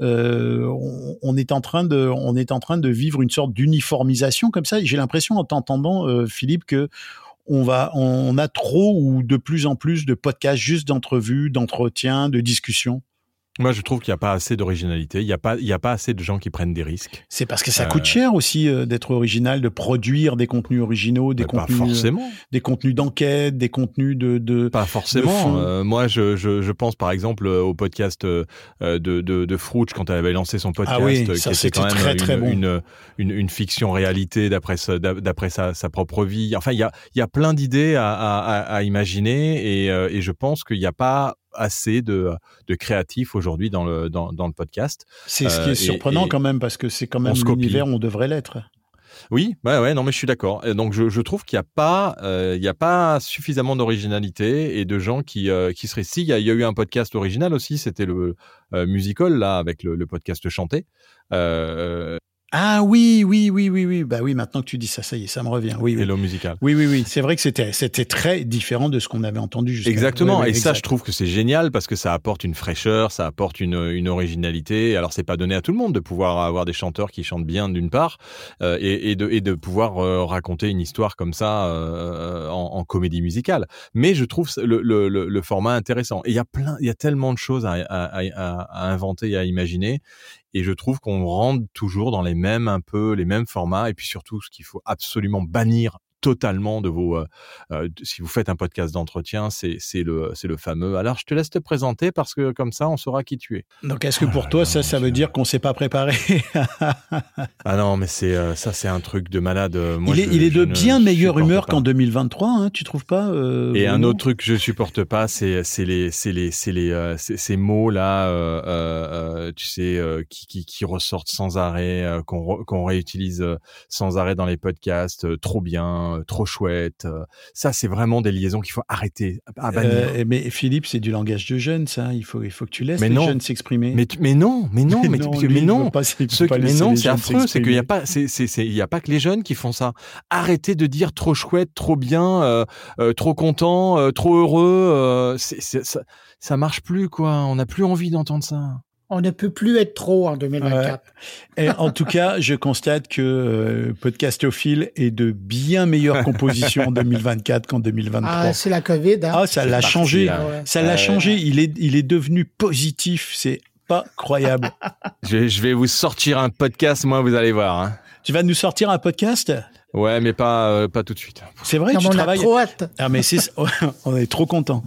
on est en train de vivre une sorte d'uniformisation comme ça? J'ai l'impression, en t'entendant, Philippe, que on a trop ou de plus en plus de podcasts juste d'entrevues, d'entretiens, de discussions. Moi, je trouve qu'il n'y a pas assez d'originalité. Il y a pas assez de gens qui prennent des risques. C'est parce que ça coûte cher aussi d'être original, de produire des contenus originaux, des contenus, pas forcément. Des contenus d'enquête, des contenus de pas forcément. Moi, je pense par exemple au podcast de Frouch quand elle avait lancé son podcast, ah oui, qui ça, était quand même très, très bon. une fiction réalité d'après sa propre vie. Enfin, il y a plein d'idées à imaginer et je pense qu'il n'y a pas assez de créatifs aujourd'hui dans le podcast. C'est ce qui est surprenant quand même, parce que c'est quand même l'univers où on devrait l'être. Oui, ouais, non, mais je suis d'accord. Et donc je trouve qu'il y a pas suffisamment d'originalité et de gens qui seraient. Si, il y a eu un podcast original aussi, c'était le Musical là avec le podcast chanté. Ah oui. Bah oui, maintenant que tu dis ça y est, ça me revient. Oui. Hello Musical. Oui. C'est vrai que c'était très différent de ce qu'on avait entendu jusqu'à. Exactement. Oui, et exact. Ça, je trouve que c'est génial parce que ça apporte une fraîcheur, ça apporte une originalité. Alors, c'est pas donné à tout le monde de pouvoir avoir des chanteurs qui chantent bien d'une part et de pouvoir raconter une histoire comme ça en comédie musicale. Mais je trouve le format intéressant. Et il y a tellement de choses à inventer et à imaginer. Et je trouve qu'on rentre toujours dans les mêmes formats. Et puis surtout, ce qu'il faut absolument bannir totalement de vos si vous faites un podcast d'entretien, c'est le fameux. Alors je te laisse te présenter parce que comme ça on saura qui tu es. Donc est-ce que pour toi ça veut dire qu'on s'est pas préparé? Ah non, mais c'est un truc de malade. Moi, il est de bien meilleure humeur qu'en 2023, hein, tu trouves pas? Et un autre truc que je supporte pas, c'est ces mots là, tu sais, qui ressortent sans arrêt, qu'on réutilise sans arrêt dans les podcasts. Trop bien. Trop chouette. Ça, c'est vraiment des liaisons qu'il faut arrêter à bannir. Mais Philippe, c'est du langage de jeunes, ça. Il faut que tu laisses les jeunes s'exprimer. Mais non, c'est affreux. C'est qu'il y a pas, il y a pas que les jeunes qui font ça. Arrêtez de dire trop chouette, trop bien, trop content, trop heureux. Ça marche plus, quoi. On n'a plus envie d'entendre ça. On ne peut plus être trop en 2024. Et en tout cas, je constate que Podcastophile est de bien meilleures compositions en 2024 qu'en 2023. Ah, c'est la COVID. Hein? Ah, ça l'a changé. Ça l'a changé. Il est devenu positif. C'est pas croyable. Je vais vous sortir un podcast, moi, vous allez voir. Hein. Tu vas nous sortir un podcast? Ouais, mais pas tout de suite. C'est vrai, Comme tu on travailles. a trop hâte. Ah, mais on est trop contents.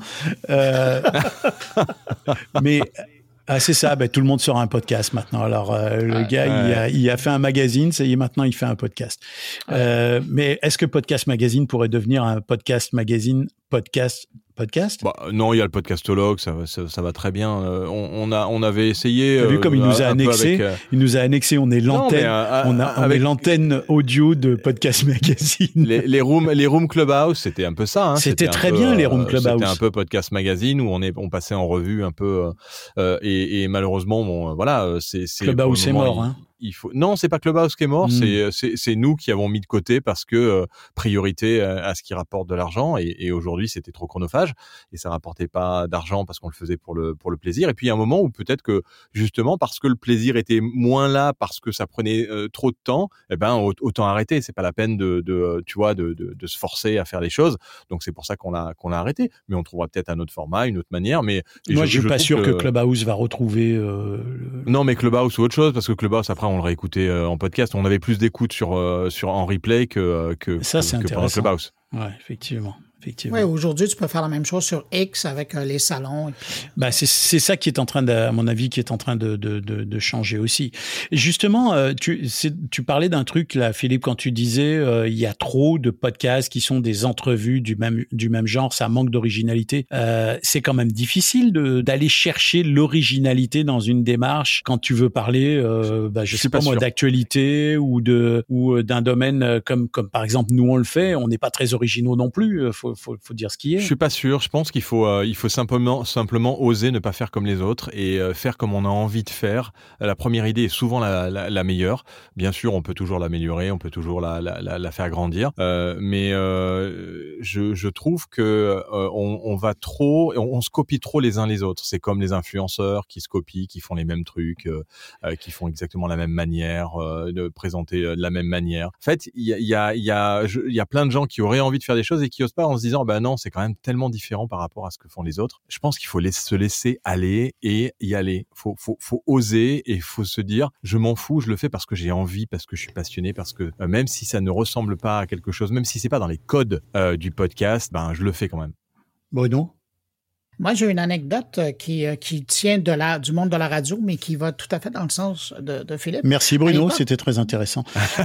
Mais c'est ça. Tout le monde sort un podcast maintenant. Alors le gars, il a fait un magazine, ça y est, maintenant il fait un podcast. Mais est-ce que Podcast Magazine pourrait devenir un podcast magazine podcast? Non, il y a le podcastologue, ça va très bien. On avait essayé. T'as vu comme il nous a annexé. Il nous a annexé. On est l'antenne. On est l'antenne audio de Podcast Magazine. Les rooms Clubhouse, c'était un peu ça. Hein. C'était très bien les rooms Clubhouse. C'était un peu Podcast Magazine où on passait en revue un peu. Et malheureusement, c'est Clubhouse est mort. Hein. Non, c'est pas Clubhouse qui est mort, c'est nous qui avons mis de côté parce que priorité à ce qui rapporte de l'argent et aujourd'hui c'était trop chronophage et ça rapportait pas d'argent parce qu'on le faisait pour le plaisir. Et puis il y a un moment où peut-être que justement parce que le plaisir était moins là parce que ça prenait trop de temps, autant arrêter. C'est pas la peine de se forcer à faire les choses. Donc c'est pour ça qu'on l'a arrêté. Mais on trouvera peut-être un autre format, une autre manière. Mais moi je suis pas sûr que Clubhouse va retrouver. Non, mais Clubhouse ou autre chose parce que Clubhouse après on le réécoutait en podcast. On avait plus d'écoute sur en replay que pendant Clubhouse. Ouais, effectivement. Oui, aujourd'hui, tu peux faire la même chose sur X avec les salons. Et puis... c'est ça qui est en train à mon avis, qui est en train de changer aussi. Et justement, tu parlais d'un truc là, Philippe, quand tu disais il y a trop de podcasts qui sont des entrevues du même genre, ça manque d'originalité. C'est quand même difficile d'aller chercher l'originalité dans une démarche quand tu veux parler, je sais pas moi, d'actualité ou d'un domaine comme par exemple nous on le fait. On n'est pas très originaux non plus. Faut dire ce qui est. Je suis pas sûr. Je pense qu'il faut simplement oser ne pas faire comme les autres et faire comme on a envie de faire. La première idée est souvent la meilleure. Bien sûr, on peut toujours l'améliorer, on peut toujours la faire grandir. Mais je trouve que on va trop, on se copie trop les uns les autres. C'est comme les influenceurs qui se copient, qui font les mêmes trucs, qui font exactement la même manière, de présenter de la même manière. En fait, il y a plein de gens qui auraient envie de faire des choses et qui osent pas en se disant non, c'est quand même tellement différent par rapport à ce que font les autres. Je pense qu'il faut se laisser aller et y aller. Faut oser et faut se dire je m'en fous, je le fais parce que j'ai envie, parce que je suis passionné, parce que même si ça ne ressemble pas à quelque chose, même si c'est pas dans les codes du podcast, je le fais quand même. Bruno? Moi, j'ai une anecdote qui tient du monde de la radio, mais qui va tout à fait dans le sens de Philippe. Merci Bruno, c'était très intéressant.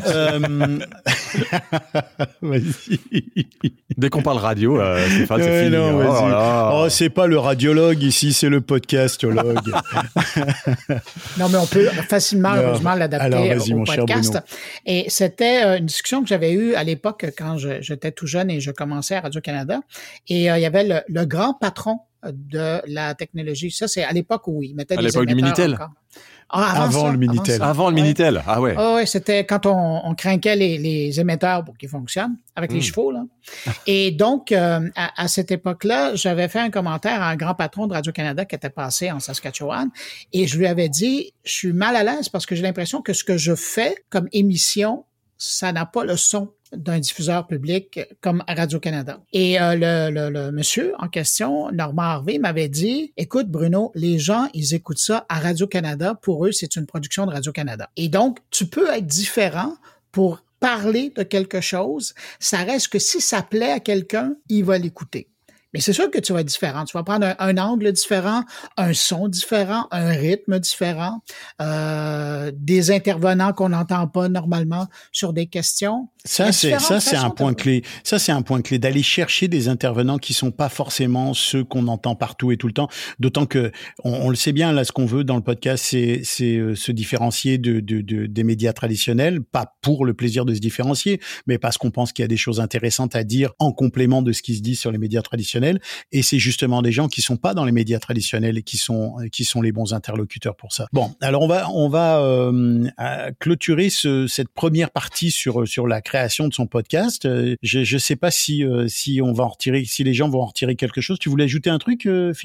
Vas-y. Dès qu'on parle radio, c'est fini. Non, c'est pas le radiologue ici, c'est le podcastologue. Non, mais on peut facilement, heureusement, l'adapter au podcast. Et c'était une discussion que j'avais eue à l'époque quand j'étais tout jeune et je commençais à Radio-Canada. Et il y avait le grand patron de la technologie. Ça, c'est à l'époque où ils mettaient des émetteurs. À l'époque du Minitel? Avant le Minitel. Avant le Minitel, ah ouais. Oui, c'était quand on craquait les émetteurs pour qu'ils fonctionnent, avec les chevaux, là. Et donc, à cette époque-là, j'avais fait un commentaire à un grand patron de Radio-Canada qui était passé en Saskatchewan, et je lui avais dit, je suis mal à l'aise parce que j'ai l'impression que ce que je fais comme émission, ça n'a pas le son d'un diffuseur public comme Radio-Canada. Et le monsieur en question, Normand Harvey, m'avait dit, écoute Bruno, les gens, ils écoutent ça à Radio-Canada. Pour eux, c'est une production de Radio-Canada. Et donc, tu peux être différent pour parler de quelque chose. Ça reste que si ça plaît à quelqu'un, il va l'écouter. Mais c'est sûr que tu vas être différent. Tu vas prendre un angle différent, un son différent, un rythme différent, des intervenants qu'on n'entend pas normalement sur des questions. Ça, c'est un point clé. Ça, c'est un point clé d'aller chercher des intervenants qui sont pas forcément ceux qu'on entend partout et tout le temps. D'autant que, on le sait bien, là, ce qu'on veut dans le podcast, c'est se différencier des médias traditionnels, pas pour le plaisir de se différencier, mais parce qu'on pense qu'il y a des choses intéressantes à dire en complément de ce qui se dit sur les médias traditionnels. Et c'est justement des gens qui sont pas dans les médias traditionnels et qui sont les bons interlocuteurs pour ça. Bon, alors on va clôturer cette première partie sur la création de son podcast. Je sais pas si on va en retirer, si les gens vont en retirer quelque chose. Tu voulais ajouter un truc, Philippe?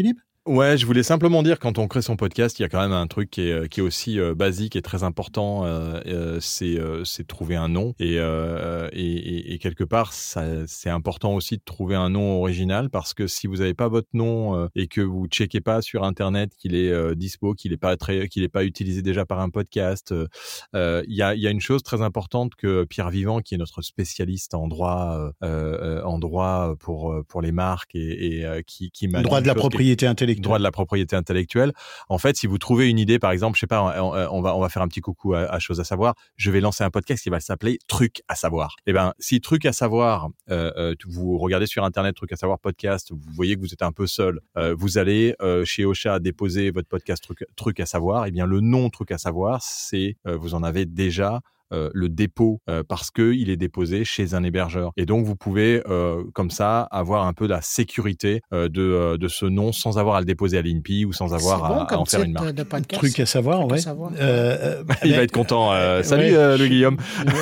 Ouais, je voulais simplement dire, quand on crée son podcast, il y a quand même un truc qui est aussi basique et très important, c'est de trouver un nom. Et quelque part, c'est important aussi de trouver un nom original, parce que si vous n'avez pas votre nom et que vous checkez pas sur Internet qu'il est dispo, qu'il est pas utilisé déjà par un podcast, il y a une chose très importante que Pierre Vivant, qui est notre spécialiste en droit pour les marques et qui m'a droit de la propriété intellectuelle. Droit de la propriété intellectuelle. En fait, si vous trouvez une idée, par exemple, je sais pas, on va faire un petit coucou à Chose à savoir. Je vais lancer un podcast qui va s'appeler Truc à savoir. Eh ben, si Truc à savoir, vous regardez sur Internet Truc à savoir podcast, vous voyez que vous êtes un peu seul, vous allez chez Ocha déposer votre podcast Truc à savoir. Eh bien, le nom Truc à savoir, c'est vous en avez déjà le dépôt parce que il est déposé chez un hébergeur, et donc vous pouvez comme ça avoir un peu la sécurité de ce nom sans avoir à le déposer à l'INPI ou sans avoir à en faire une marque. Truc à savoir, ouais. Il va être content. Salut le Guillaume.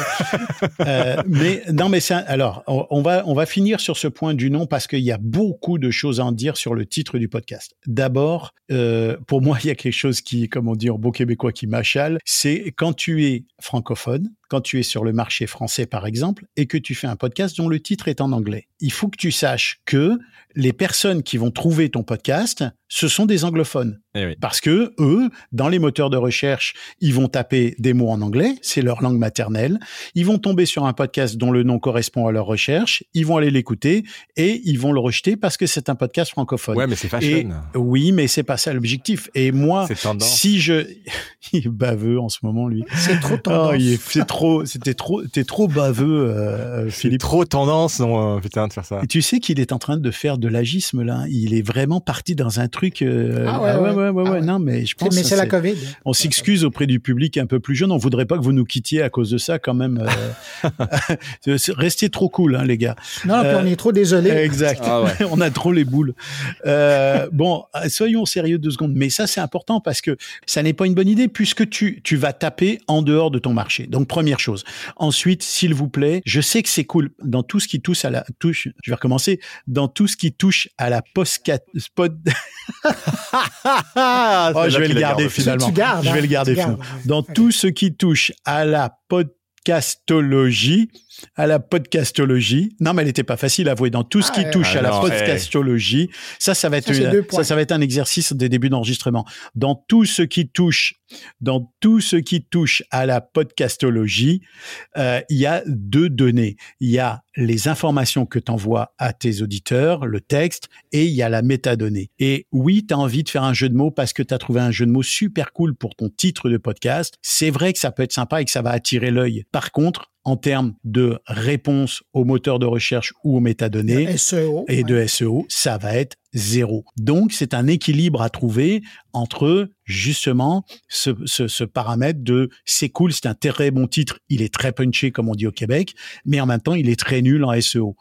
Mais alors on va finir sur ce point du nom, parce qu'il y a beaucoup de choses à en dire sur le titre du podcast. D'abord, pour moi, il y a quelque chose qui, comme on dit en beau québécois, qui m'achale. C'est quand tu es francophone, quand tu es sur le marché français, par exemple, et que tu fais un podcast dont le titre est en anglais. Il faut que tu saches que les personnes qui vont trouver ton podcast, ce sont des anglophones. Eh oui. Parce que eux, dans les moteurs de recherche, ils vont taper des mots en anglais, c'est leur langue maternelle. Ils vont tomber sur un podcast dont le nom correspond à leur recherche, ils vont aller l'écouter et ils vont le rejeter parce que c'est un podcast francophone. Ouais, mais c'est fashion. Oui, mais c'est pas ça l'objectif. Et moi, si je... Il est baveux en ce moment, lui. C'est trop tendance. T'es trop baveux, Philippe. Trop tendance, non, putain, de faire ça. Et tu sais qu'il est en train de faire de l'agisme, là. Il est vraiment parti dans un truc... Ouais. Non, mais je pense... Mais c'est la COVID. On s'excuse auprès du public un peu plus jeune. On voudrait pas que vous nous quittiez à cause de ça, quand même. Restez trop cool, hein, les gars. Non, puis on est trop désolé. Exact. Ah ouais. On a trop les boules. Bon, soyons sérieux 2 secondes. Mais ça, c'est important parce que ça n'est pas une bonne idée puisque tu vas taper en dehors de ton marché. Donc, première chose. Ensuite, s'il vous plaît, je sais que c'est cool dans tout ce qui touche à la touche. Je vais recommencer. Dans tout ce qui touche à la je vais le garder finalement. Je vais le garder finalement. Dans tout ce qui touche à la podcastologie. Non, mais elle était pas facile à avouer. Dans tout ce qui touche à la podcastologie, ça va être un exercice des débuts d'enregistrement. Dans tout ce qui touche à la podcastologie, il y a 2 données. Il y a les informations que tu envoies à tes auditeurs, le texte, et il y a la métadonnée. Et oui, tu as envie de faire un jeu de mots parce que tu as trouvé un jeu de mots super cool pour ton titre de podcast. C'est vrai que ça peut être sympa et que ça va attirer l'œil. Par contre, en termes de réponse au moteur de recherche ou aux métadonnées de SEO, ça va être 0. Donc, c'est un équilibre à trouver entre justement ce paramètre de c'est cool, c'est un très bon titre, il est très punché comme on dit au Québec, mais en même temps, il est très nul en SEO.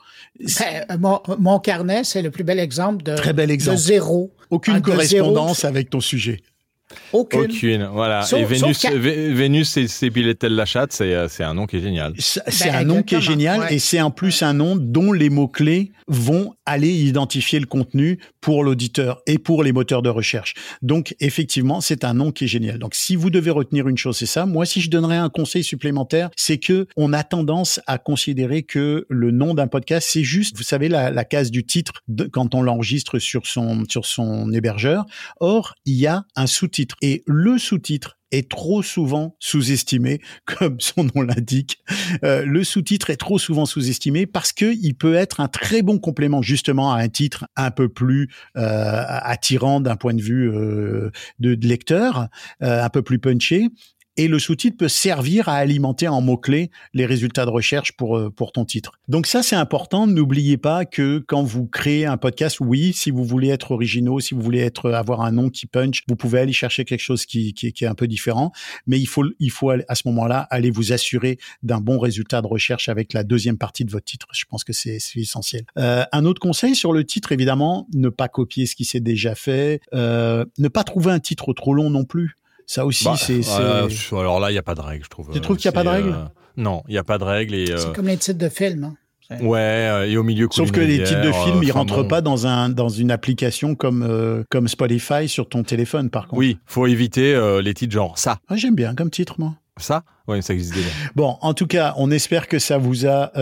Mon carnet, c'est le plus bel exemple de 0. Aucune correspondance avec ton sujet. Aucune, voilà. Et Vénus et Biletel la chatte, c'est un nom qui est génial. C'est un nom qui est génial, et c'est en plus un nom dont les mots-clés vont aller identifier le contenu pour l'auditeur et pour les moteurs de recherche. Donc, effectivement, c'est un nom qui est génial. Donc, si vous devez retenir une chose, c'est ça. Moi, si je donnerais un conseil supplémentaire, c'est que on a tendance à considérer que le nom d'un podcast, c'est juste, vous savez, la case du titre quand on l'enregistre sur son hébergeur. Or, il y a un sous-titre. Et le sous-titre est trop souvent sous-estimé, comme son nom l'indique. Le sous-titre est trop souvent sous-estimé parce que il peut être un très bon complément justement à un titre un peu plus attirant d'un point de vue de lecteur, un peu plus punché. Et le sous-titre peut servir à alimenter en mots-clés les résultats de recherche pour ton titre. Donc ça, c'est important. N'oubliez pas que quand vous créez un podcast, oui, si vous voulez être originaux, si vous voulez avoir un nom qui punch, vous pouvez aller chercher quelque chose qui est un peu différent. Mais il faut à ce moment-là aller vous assurer d'un bon résultat de recherche avec la deuxième partie de votre titre. Je pense que c'est essentiel. Un autre conseil sur le titre, évidemment, ne pas copier ce qui s'est déjà fait, ne pas trouver un titre trop long non plus. Ça aussi, alors là, il n'y a pas de règle, je trouve. Tu trouves qu'il n'y a pas de règle ? Non, il n'y a pas de règle. C'est comme les titres de films. Hein. Ouais, et au milieu. Sauf que les titres de films, ils rentrent bon. pas dans une application comme Spotify sur ton téléphone, par contre. Oui, faut éviter les titres genre ça. Ah, j'aime bien comme titre, moi. Ça? Oui, ça existe déjà. Bon, en tout cas, on espère que ça vous a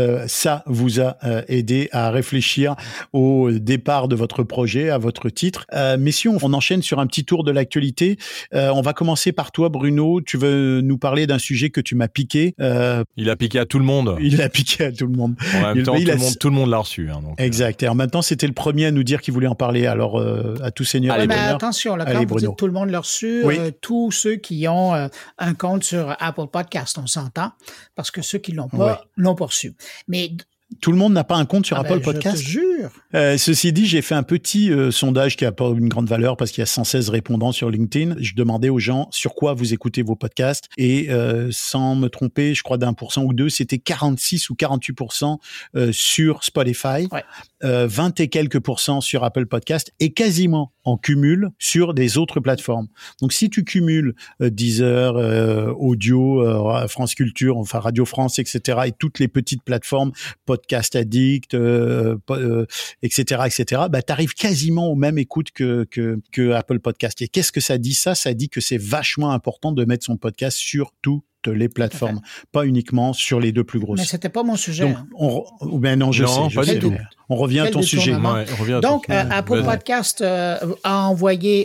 aidé à réfléchir au départ de votre projet, à votre titre. Mais si on enchaîne sur un petit tour de l'actualité, on va commencer par toi, Bruno. Tu veux nous parler d'un sujet que tu m'as piqué. Il a piqué à tout le monde. Il a piqué à tout le monde. En même temps, tout le monde l'a reçu. Hein, donc, exact. Et en même temps, c'était le premier à nous dire qu'il voulait en parler. Alors, à tout seigneur et mais bonheur. attention, là, Allez, quand vous Bruno. dites tout le monde l'a reçu, Oui. tous ceux qui ont un compte sur Apple Podcast, on s'entend, parce que ceux qui l'ont pas, l'ont pas reçu. Mais tout le monde n'a pas un compte sur Apple Podcast. Je te jure. Ceci dit, j'ai fait un petit sondage qui n'a pas une grande valeur parce qu'il y a 116 répondants sur LinkedIn. Je demandais aux gens sur quoi vous écoutez vos podcasts et sans me tromper, je crois d'1% ou 2, c'était 46 ou 48% sur Spotify, 20 et quelques % sur Apple Podcast et quasiment en cumul sur des autres plateformes. Donc si tu cumules Deezer, Audio, France Culture, enfin Radio France, etc. et toutes les petites plateformes, Podcast Addict, etc., bah, t'arrives quasiment aux mêmes écoutes que Apple Podcast. Et qu'est-ce que ça dit, ça? Ça dit que c'est vachement important de mettre son podcast sur toutes les plateformes, pas uniquement sur les deux plus grosses. Mais c'était pas mon sujet. Donc, non, je sais. Pas du tout. On revient à ton sujet. Donc, Apple Podcast a envoyé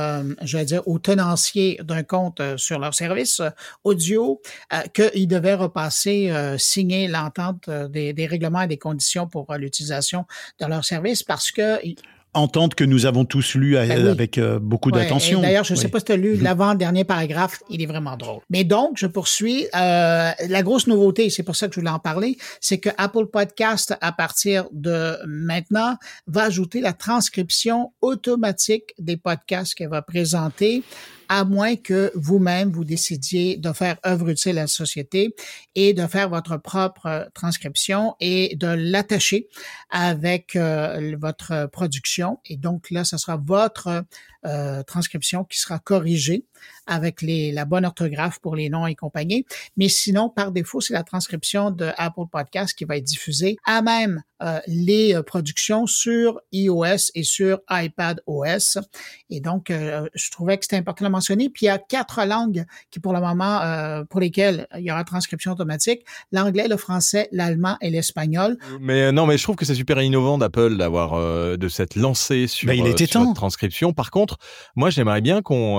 aux tenanciers d'un compte sur leur service audio qu'ils devaient repasser, signer l'entente des règlements et des conditions pour l'utilisation de leur service parce que entente que nous avons tous lu avec beaucoup d'attention. D'ailleurs, je ne sais pas si tu as lu l'avant-dernier paragraphe, il est vraiment drôle. Mais donc, je poursuis. La grosse nouveauté, c'est pour ça que je voulais en parler, c'est que Apple Podcast, à partir de maintenant, va ajouter la transcription automatique des podcasts qu'elle va présenter, à moins que vous-même, vous décidiez de faire œuvre utile à la société et de faire votre propre transcription et de l'attacher avec votre production. Et donc là, ce sera votre transcription qui sera corrigée avec la bonne orthographe pour les noms et compagnie. Mais sinon, par défaut, c'est la transcription de Apple Podcast qui va être diffusée à même les productions sur iOS et sur iPadOS. Et donc, je trouvais que c'était important de mentionner. Puis, il y a 4 langues qui, pour le moment, pour lesquelles il y aura transcription automatique. L'anglais, le français, l'allemand et l'espagnol. Mais je trouve que c'est super innovant d'Apple d'avoir de s'être lancé sur la transcription. Par contre, moi, j'aimerais bien qu'on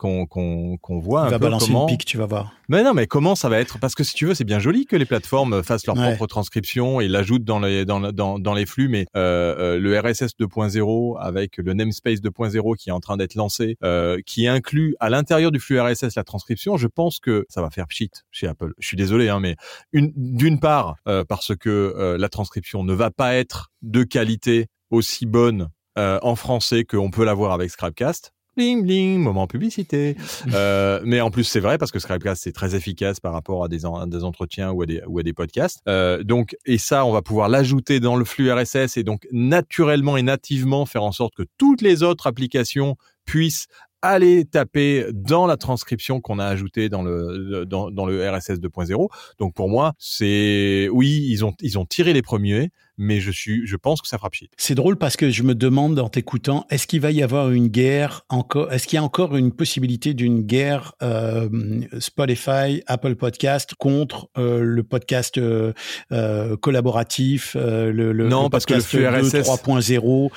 voit un peu comment... Tu vas balancer une pique, tu vas voir. Mais comment ça va être? Parce que si tu veux, c'est bien joli que les plateformes fassent leur propre transcription et l'ajoutent dans les flux, mais le RSS 2.0 avec le namespace 2.0 qui est en train d'être lancé, qui inclut à l'intérieur du flux RSS la transcription, je pense que ça va faire pchit chez Apple. Je suis désolé, mais d'une part parce que la transcription ne va pas être de qualité aussi bonne en français qu'on peut l'avoir avec Scribecast. Bling bling, moment publicité. Mais en plus c'est vrai parce que Scribecast c'est très efficace par rapport à des entretiens ou à des podcasts. Donc et ça on va pouvoir l'ajouter dans le flux RSS et donc naturellement et nativement faire en sorte que toutes les autres applications puissent aller taper dans la transcription qu'on a ajoutée dans le RSS 2.0. Donc pour moi, ils ont tiré les premiers, mais je pense que ça fera pchit. C'est drôle parce que je me demande en t'écoutant, est-ce qu'il va y avoir une guerre encore? Est-ce qu'il y a encore une possibilité d'une guerre Spotify, Apple Podcast contre le podcast collaboratif, non, parce que le flux RSS 3.0.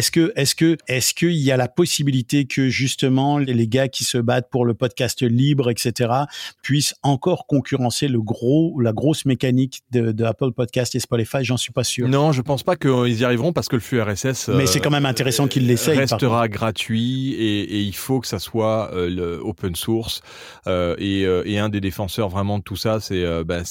Est-ce qu'il y a la possibilité que justement les gars qui se battent pour le podcast libre, etc., puissent encore concurrencer la grosse mécanique de Apple Podcast et Spotify? J'en suis pas sûr. Non, je pense pas qu'ils y arriveront parce que le flux RSS. Mais c'est quand même intéressant qu'ils l'essayent. Restera gratuit et il faut que ça soit le open source. Et un des défenseurs vraiment de tout ça, c'est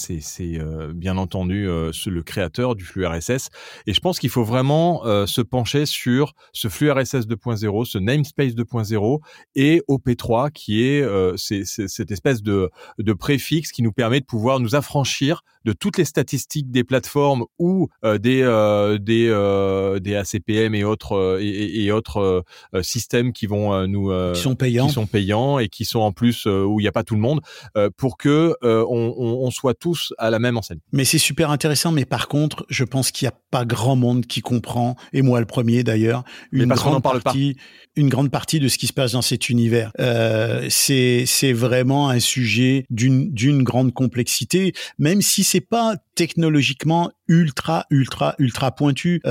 bien entendu le créateur du flux RSS. Et je pense qu'il faut vraiment se pencher sur ce flux RSS 2.0, ce namespace 2.0 et OP3 qui est cette espèce de préfixe qui nous permet de pouvoir nous affranchir de toutes les statistiques des plateformes ou des des ACPM et autres systèmes qui vont qui sont payants et qui sont en plus où il n'y a pas tout le monde pour que on soit tous à la même enseigne. Mais c'est super intéressant. Mais par contre, je pense qu'il n'y a pas grand monde qui comprend, et moi le premier d'ailleurs, une grande partie de ce qui se passe dans cet univers. C'est vraiment un sujet d'une grande complexité, même si c'est pas technologiquement ultra pointu.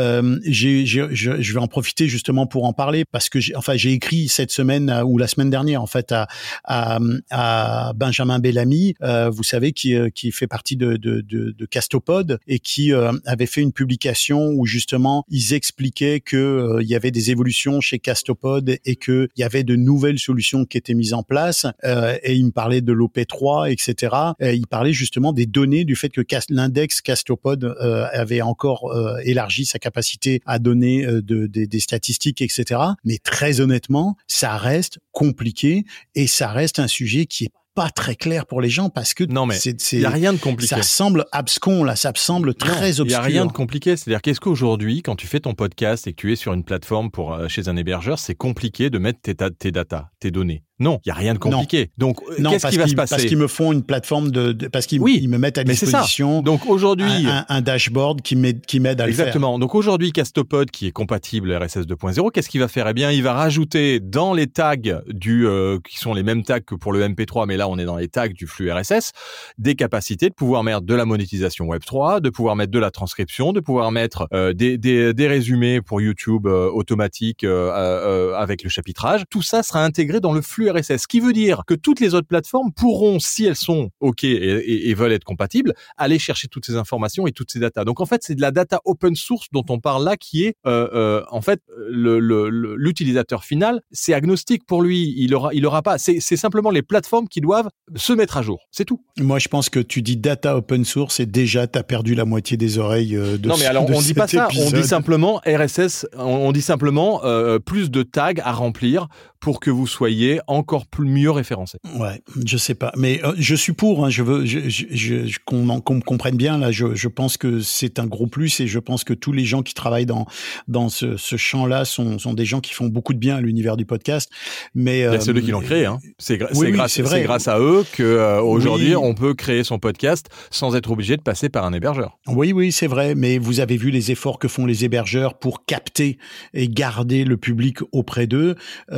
Je vais en profiter justement pour en parler parce que j'ai écrit cette semaine ou la semaine dernière en fait à Benjamin Bellamy, vous savez qui fait partie de Castopod et qui avait fait une publication où justement ils expliquaient que il y avait des évolutions chez Castopod et que il y avait de nouvelles solutions qui étaient mises en place et il me parlait de l'OP3 etc. Et il parlait justement des données du fait que l'index Castopod avait encore élargi sa capacité à donner des statistiques, etc. Mais très honnêtement, ça reste compliqué et ça reste un sujet qui est pas très clair pour les gens parce que il y a rien de compliqué. Ça semble abscon là, ça semble très obscur. Il y a rien de compliqué, c'est-à-dire qu'est-ce qu'aujourd'hui quand tu fais ton podcast et que tu es sur une plateforme chez un hébergeur, c'est compliqué de mettre tes datas, tes données. Non, il y a rien de compliqué. Non. Donc qu'est-ce qui va se passer ? Parce qu'ils me font une plateforme parce qu'ils ils me mettent à disposition. Donc aujourd'hui un dashboard qui m'aide à le faire. Exactement. Donc aujourd'hui Castopod qui est compatible RSS 2.0, qu'est-ce qu'il va faire ? Eh bien, il va rajouter dans les tags qui sont les mêmes tags que pour le MP3, mais là on est dans les tags du flux RSS, des capacités de pouvoir mettre de la monétisation Web3, de pouvoir mettre de la transcription, de pouvoir mettre des résumés pour YouTube automatiques avec le chapitrage. Tout ça sera intégré dans le flux RSS, ce qui veut dire que toutes les autres plateformes pourront, si elles sont OK et veulent être compatibles, aller chercher toutes ces informations et toutes ces datas. Donc en fait, c'est de la data open source dont on parle là, qui est en fait l'utilisateur final, c'est agnostique pour lui. Il aura pas. C'est simplement les plateformes qui doivent se mettre à jour. C'est tout. Moi, je pense que tu dis data open source et déjà t'as perdu la moitié des oreilles de. Non, mais alors on dit pas ça. Épisode. On dit simplement RSS. On dit simplement plus de tags à remplir pour que vous soyez encore mieux référencés. Ouais, je sais pas, mais je suis pour. Hein, je veux qu'on me comprenne bien là. Je pense que c'est un gros plus et je pense que tous les gens qui travaillent dans ce champ-là sont des gens qui font beaucoup de bien à l'univers du podcast. Mais c'est eux qui l'ont créé. Hein. C'est grâce à eux que aujourd'hui on peut créer son podcast sans être obligé de passer par un hébergeur. Oui, c'est vrai. Mais vous avez vu les efforts que font les hébergeurs pour capter et garder le public auprès d'eux.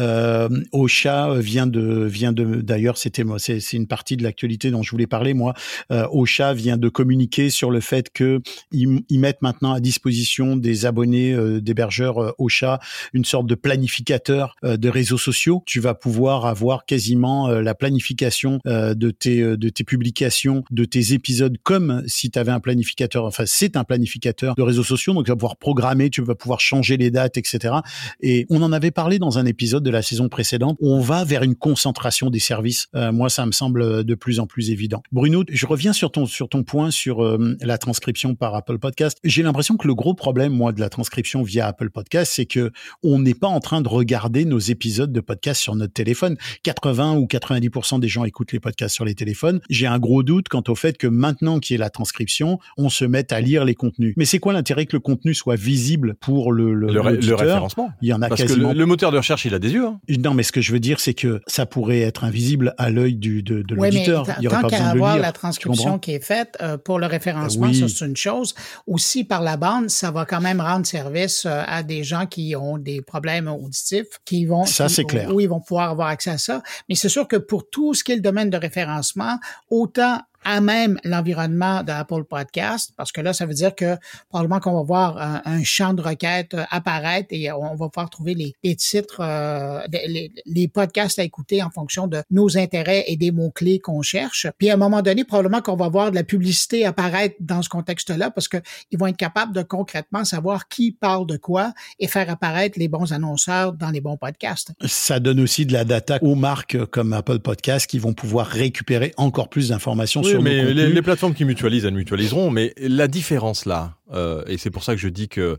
Ocha vient de d'ailleurs c'est une partie de l'actualité dont je voulais parler moi. Ocha vient de communiquer sur le fait que ils mettent maintenant à disposition des abonnés d'hébergeurs Ocha une sorte de planificateur de réseaux sociaux. Tu vas pouvoir avoir quasiment la planification de tes publications, de tes épisodes comme si tu avais un planificateur. Enfin, c'est un planificateur de réseaux sociaux, donc tu vas pouvoir programmer, tu vas pouvoir changer les dates, etc. Et on en avait parlé dans un épisode de la saison précédente. On va vers une concentration des services. Moi, ça me semble de plus en plus évident. Bruno, je reviens sur ton point sur la transcription par Apple Podcast. J'ai l'impression que le gros problème, moi, de la transcription via Apple Podcast, c'est que on n'est pas en train de regarder nos épisodes de podcast sur notre téléphone. 80 ou 90% des gens écoutent les podcasts sur les téléphones. J'ai un gros doute quant au fait que maintenant qu'il y ait la transcription, on se mette à lire les contenus. Mais c'est quoi l'intérêt que le contenu soit visible pour le référencement? Il y en a parce quasiment. Que le moteur de recherche, il a des yeux. Hein. Non, mais ce que je veux dire, c'est que ça pourrait être invisible à l'œil de l'auditeur. Mais tant qu'à avoir la transcription qui est faite pour le référencement, ça c'est une chose. Aussi par la bande, ça va quand même rendre service à des gens qui ont des problèmes auditifs, clair. Où ils vont pouvoir avoir accès à ça. Mais c'est sûr que pour tout ce qui est le domaine de référencement, autant à même l'environnement d'Apple Podcast, parce que là, ça veut dire que probablement qu'on va voir un champ de requête apparaître et on va pouvoir trouver les titres, les podcasts à écouter en fonction de nos intérêts et des mots-clés qu'on cherche. Puis à un moment donné, probablement qu'on va voir de la publicité apparaître dans ce contexte-là parce que ils vont être capables de concrètement savoir qui parle de quoi et faire apparaître les bons annonceurs dans les bons podcasts. Ça donne aussi de la data aux marques comme Apple Podcast qui vont pouvoir récupérer encore plus d'informations sur mais nos contenus. Les plateformes qui mutualisent, elles mutualiseront. Mais la différence là, et c'est pour ça que je dis que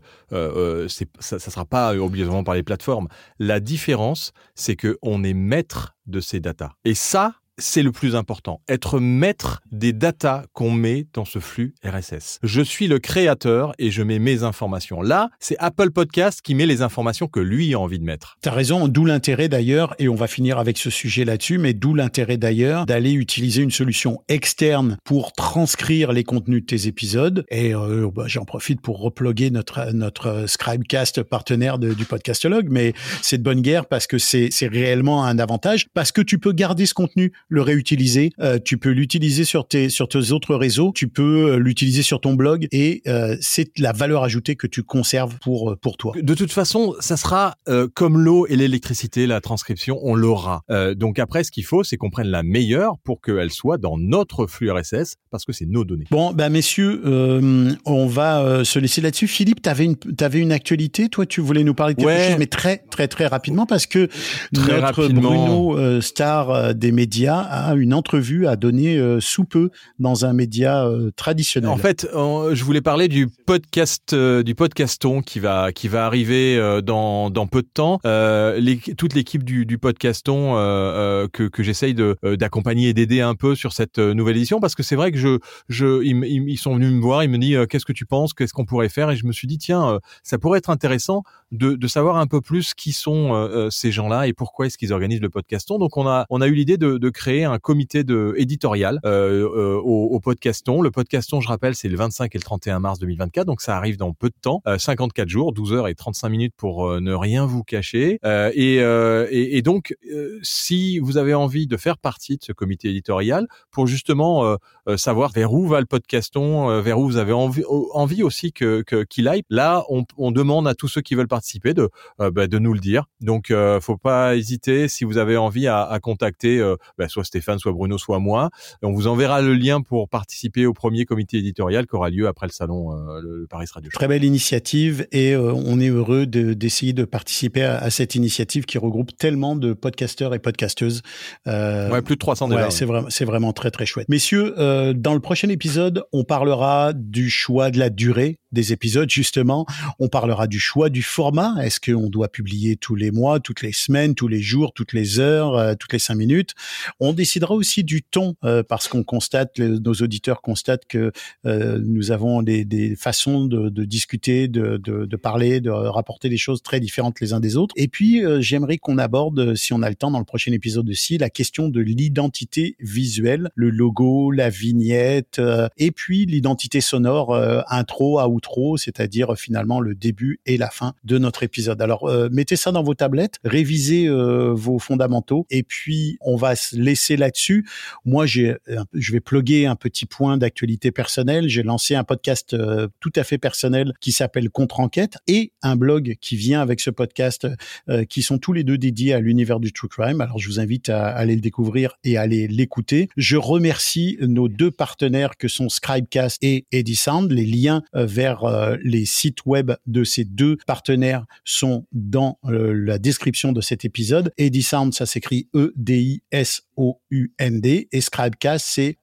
ça sera pas obligatoirement par les plateformes. La différence, c'est que on est maître de ces datas. Et ça, c'est le plus important. Être maître des datas qu'on met dans ce flux RSS. Je suis le créateur et je mets mes informations. Là, c'est Apple Podcast qui met les informations que lui a envie de mettre. T'as raison, d'où l'intérêt d'ailleurs, et on va finir avec ce sujet là-dessus, mais d'où l'intérêt d'ailleurs d'aller utiliser une solution externe pour transcrire les contenus de tes épisodes. Et j'en profite pour reploguer notre Scribecast partenaire du Podcastologue, mais c'est de bonne guerre parce que c'est réellement un avantage, parce que tu peux garder ce contenu, le réutiliser, tu peux l'utiliser sur tes autres réseaux, tu peux l'utiliser sur ton blog, et c'est la valeur ajoutée que tu conserves pour toi. De toute façon, ça sera comme l'eau et l'électricité, la transcription, on l'aura. Donc après, ce qu'il faut, c'est qu'on prenne la meilleure pour qu'elle soit dans notre flux RSS, parce que c'est nos données. Bon, messieurs, on va se laisser là-dessus. Philippe, t'avais une actualité, toi, tu voulais nous parler de quelque chose, mais très, très, très rapidement, parce que notre Bruno, star des médias, a une entrevue à donner sous peu dans un média traditionnel. En fait, je voulais parler du podcaston qui va arriver dans peu de temps. Toute l'équipe du podcaston que j'essaye d'accompagner et d'aider un peu sur cette nouvelle édition, parce que c'est vrai que ils sont venus me voir, ils me disent qu'est-ce que tu penses, qu'est-ce qu'on pourrait faire, et je me suis dit tiens, ça pourrait être intéressant de savoir un peu plus qui sont ces gens-là et pourquoi est-ce qu'ils organisent le podcaston. Donc on a eu l'idée de créer un comité éditorial au podcaston. Le podcaston, je rappelle, c'est le 25 et le 31 mars 2024, donc ça arrive dans peu de temps, 54 jours, 12 heures et 35 minutes pour ne rien vous cacher. Et donc, si vous avez envie de faire partie de ce comité éditorial pour justement savoir vers où va le podcaston, vers où vous avez envie aussi qu'il aille, là, on demande à tous ceux qui veulent participer de nous le dire. Donc, faut pas hésiter, si vous avez envie à contacter soit Stéphane, soit Bruno, soit moi. On vous enverra le lien pour participer au premier comité éditorial qui aura lieu après le salon, le Paris Radio Show. Très belle initiative, et on est heureux d'essayer de participer à cette initiative qui regroupe tellement de podcasteurs et podcasteuses. Plus de 300 déjà. C'est vraiment très très chouette. Messieurs, dans le prochain épisode, on parlera du choix de la durée des épisodes, justement. On parlera du choix du format. Est-ce qu'on doit publier tous les mois, toutes les semaines, tous les jours, toutes les heures, toutes les 5 minutes? On décidera aussi du ton, parce qu'on constate, nos auditeurs constatent que nous avons des façons de discuter, de parler, de rapporter des choses très différentes les uns des autres. Et puis, j'aimerais qu'on aborde, si on a le temps dans le prochain épisode aussi, la question de l'identité visuelle, le logo, la vignette, et puis l'identité sonore, intro à outro, c'est-à-dire finalement le début et la fin de notre épisode. Alors, mettez ça dans vos tablettes, révisez vos fondamentaux, et puis on va se laisser là-dessus. Moi, je vais plugger un petit point d'actualité personnelle. J'ai lancé un podcast tout à fait personnel qui s'appelle Contre-Enquête, et un blog qui vient avec ce podcast, qui sont tous les deux dédiés à l'univers du true crime. Alors, je vous invite à aller le découvrir et à aller l'écouter. Je remercie nos deux partenaires que sont Scribecast et Edisound. Les liens vers les sites web de ces deux partenaires sont dans la description de cet épisode. Edisound, ça s'écrit Edisound, et Scribecast, c'est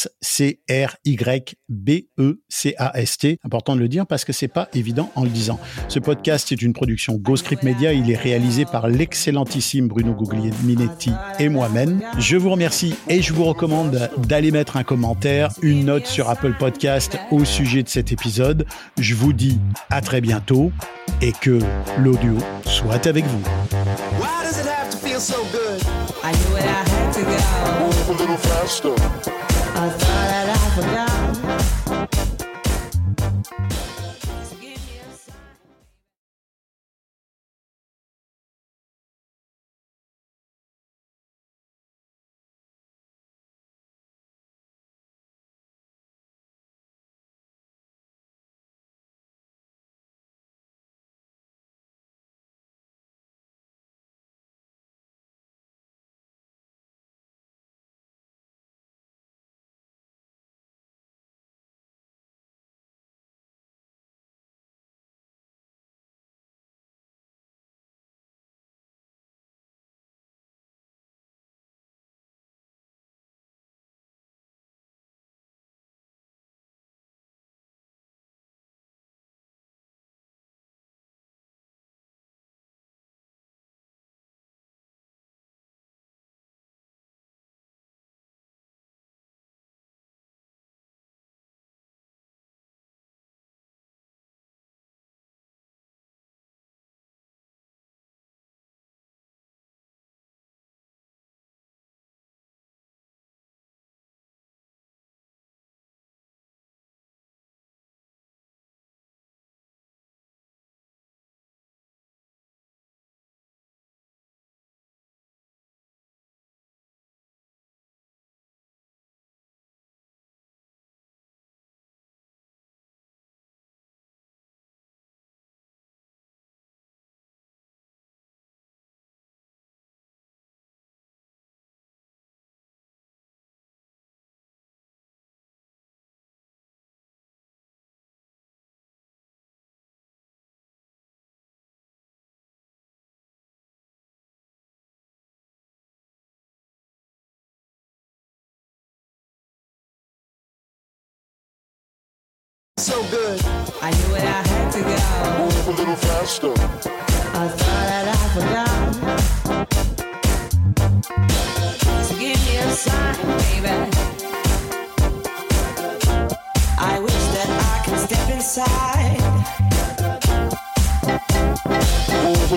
Scribecast. Important de le dire parce que c'est pas évident en le disant. Ce podcast est une production Ghostscript Media. Il est réalisé par l'excellentissime Bruno Guglielminetti et moi-même. Je vous remercie et je vous recommande d'aller mettre un commentaire, une note sur Apple Podcast au sujet de cet épisode. Je vous dis à très bientôt, et que l'audio soit avec vous. Why does it have to feel so good? I knew it, I had to go. Move a little faster. I thought that I forgot. so good. I knew it, I had to go. Move a little faster. I thought that I forgot. So give me a sign, baby. I wish that I could step inside. Move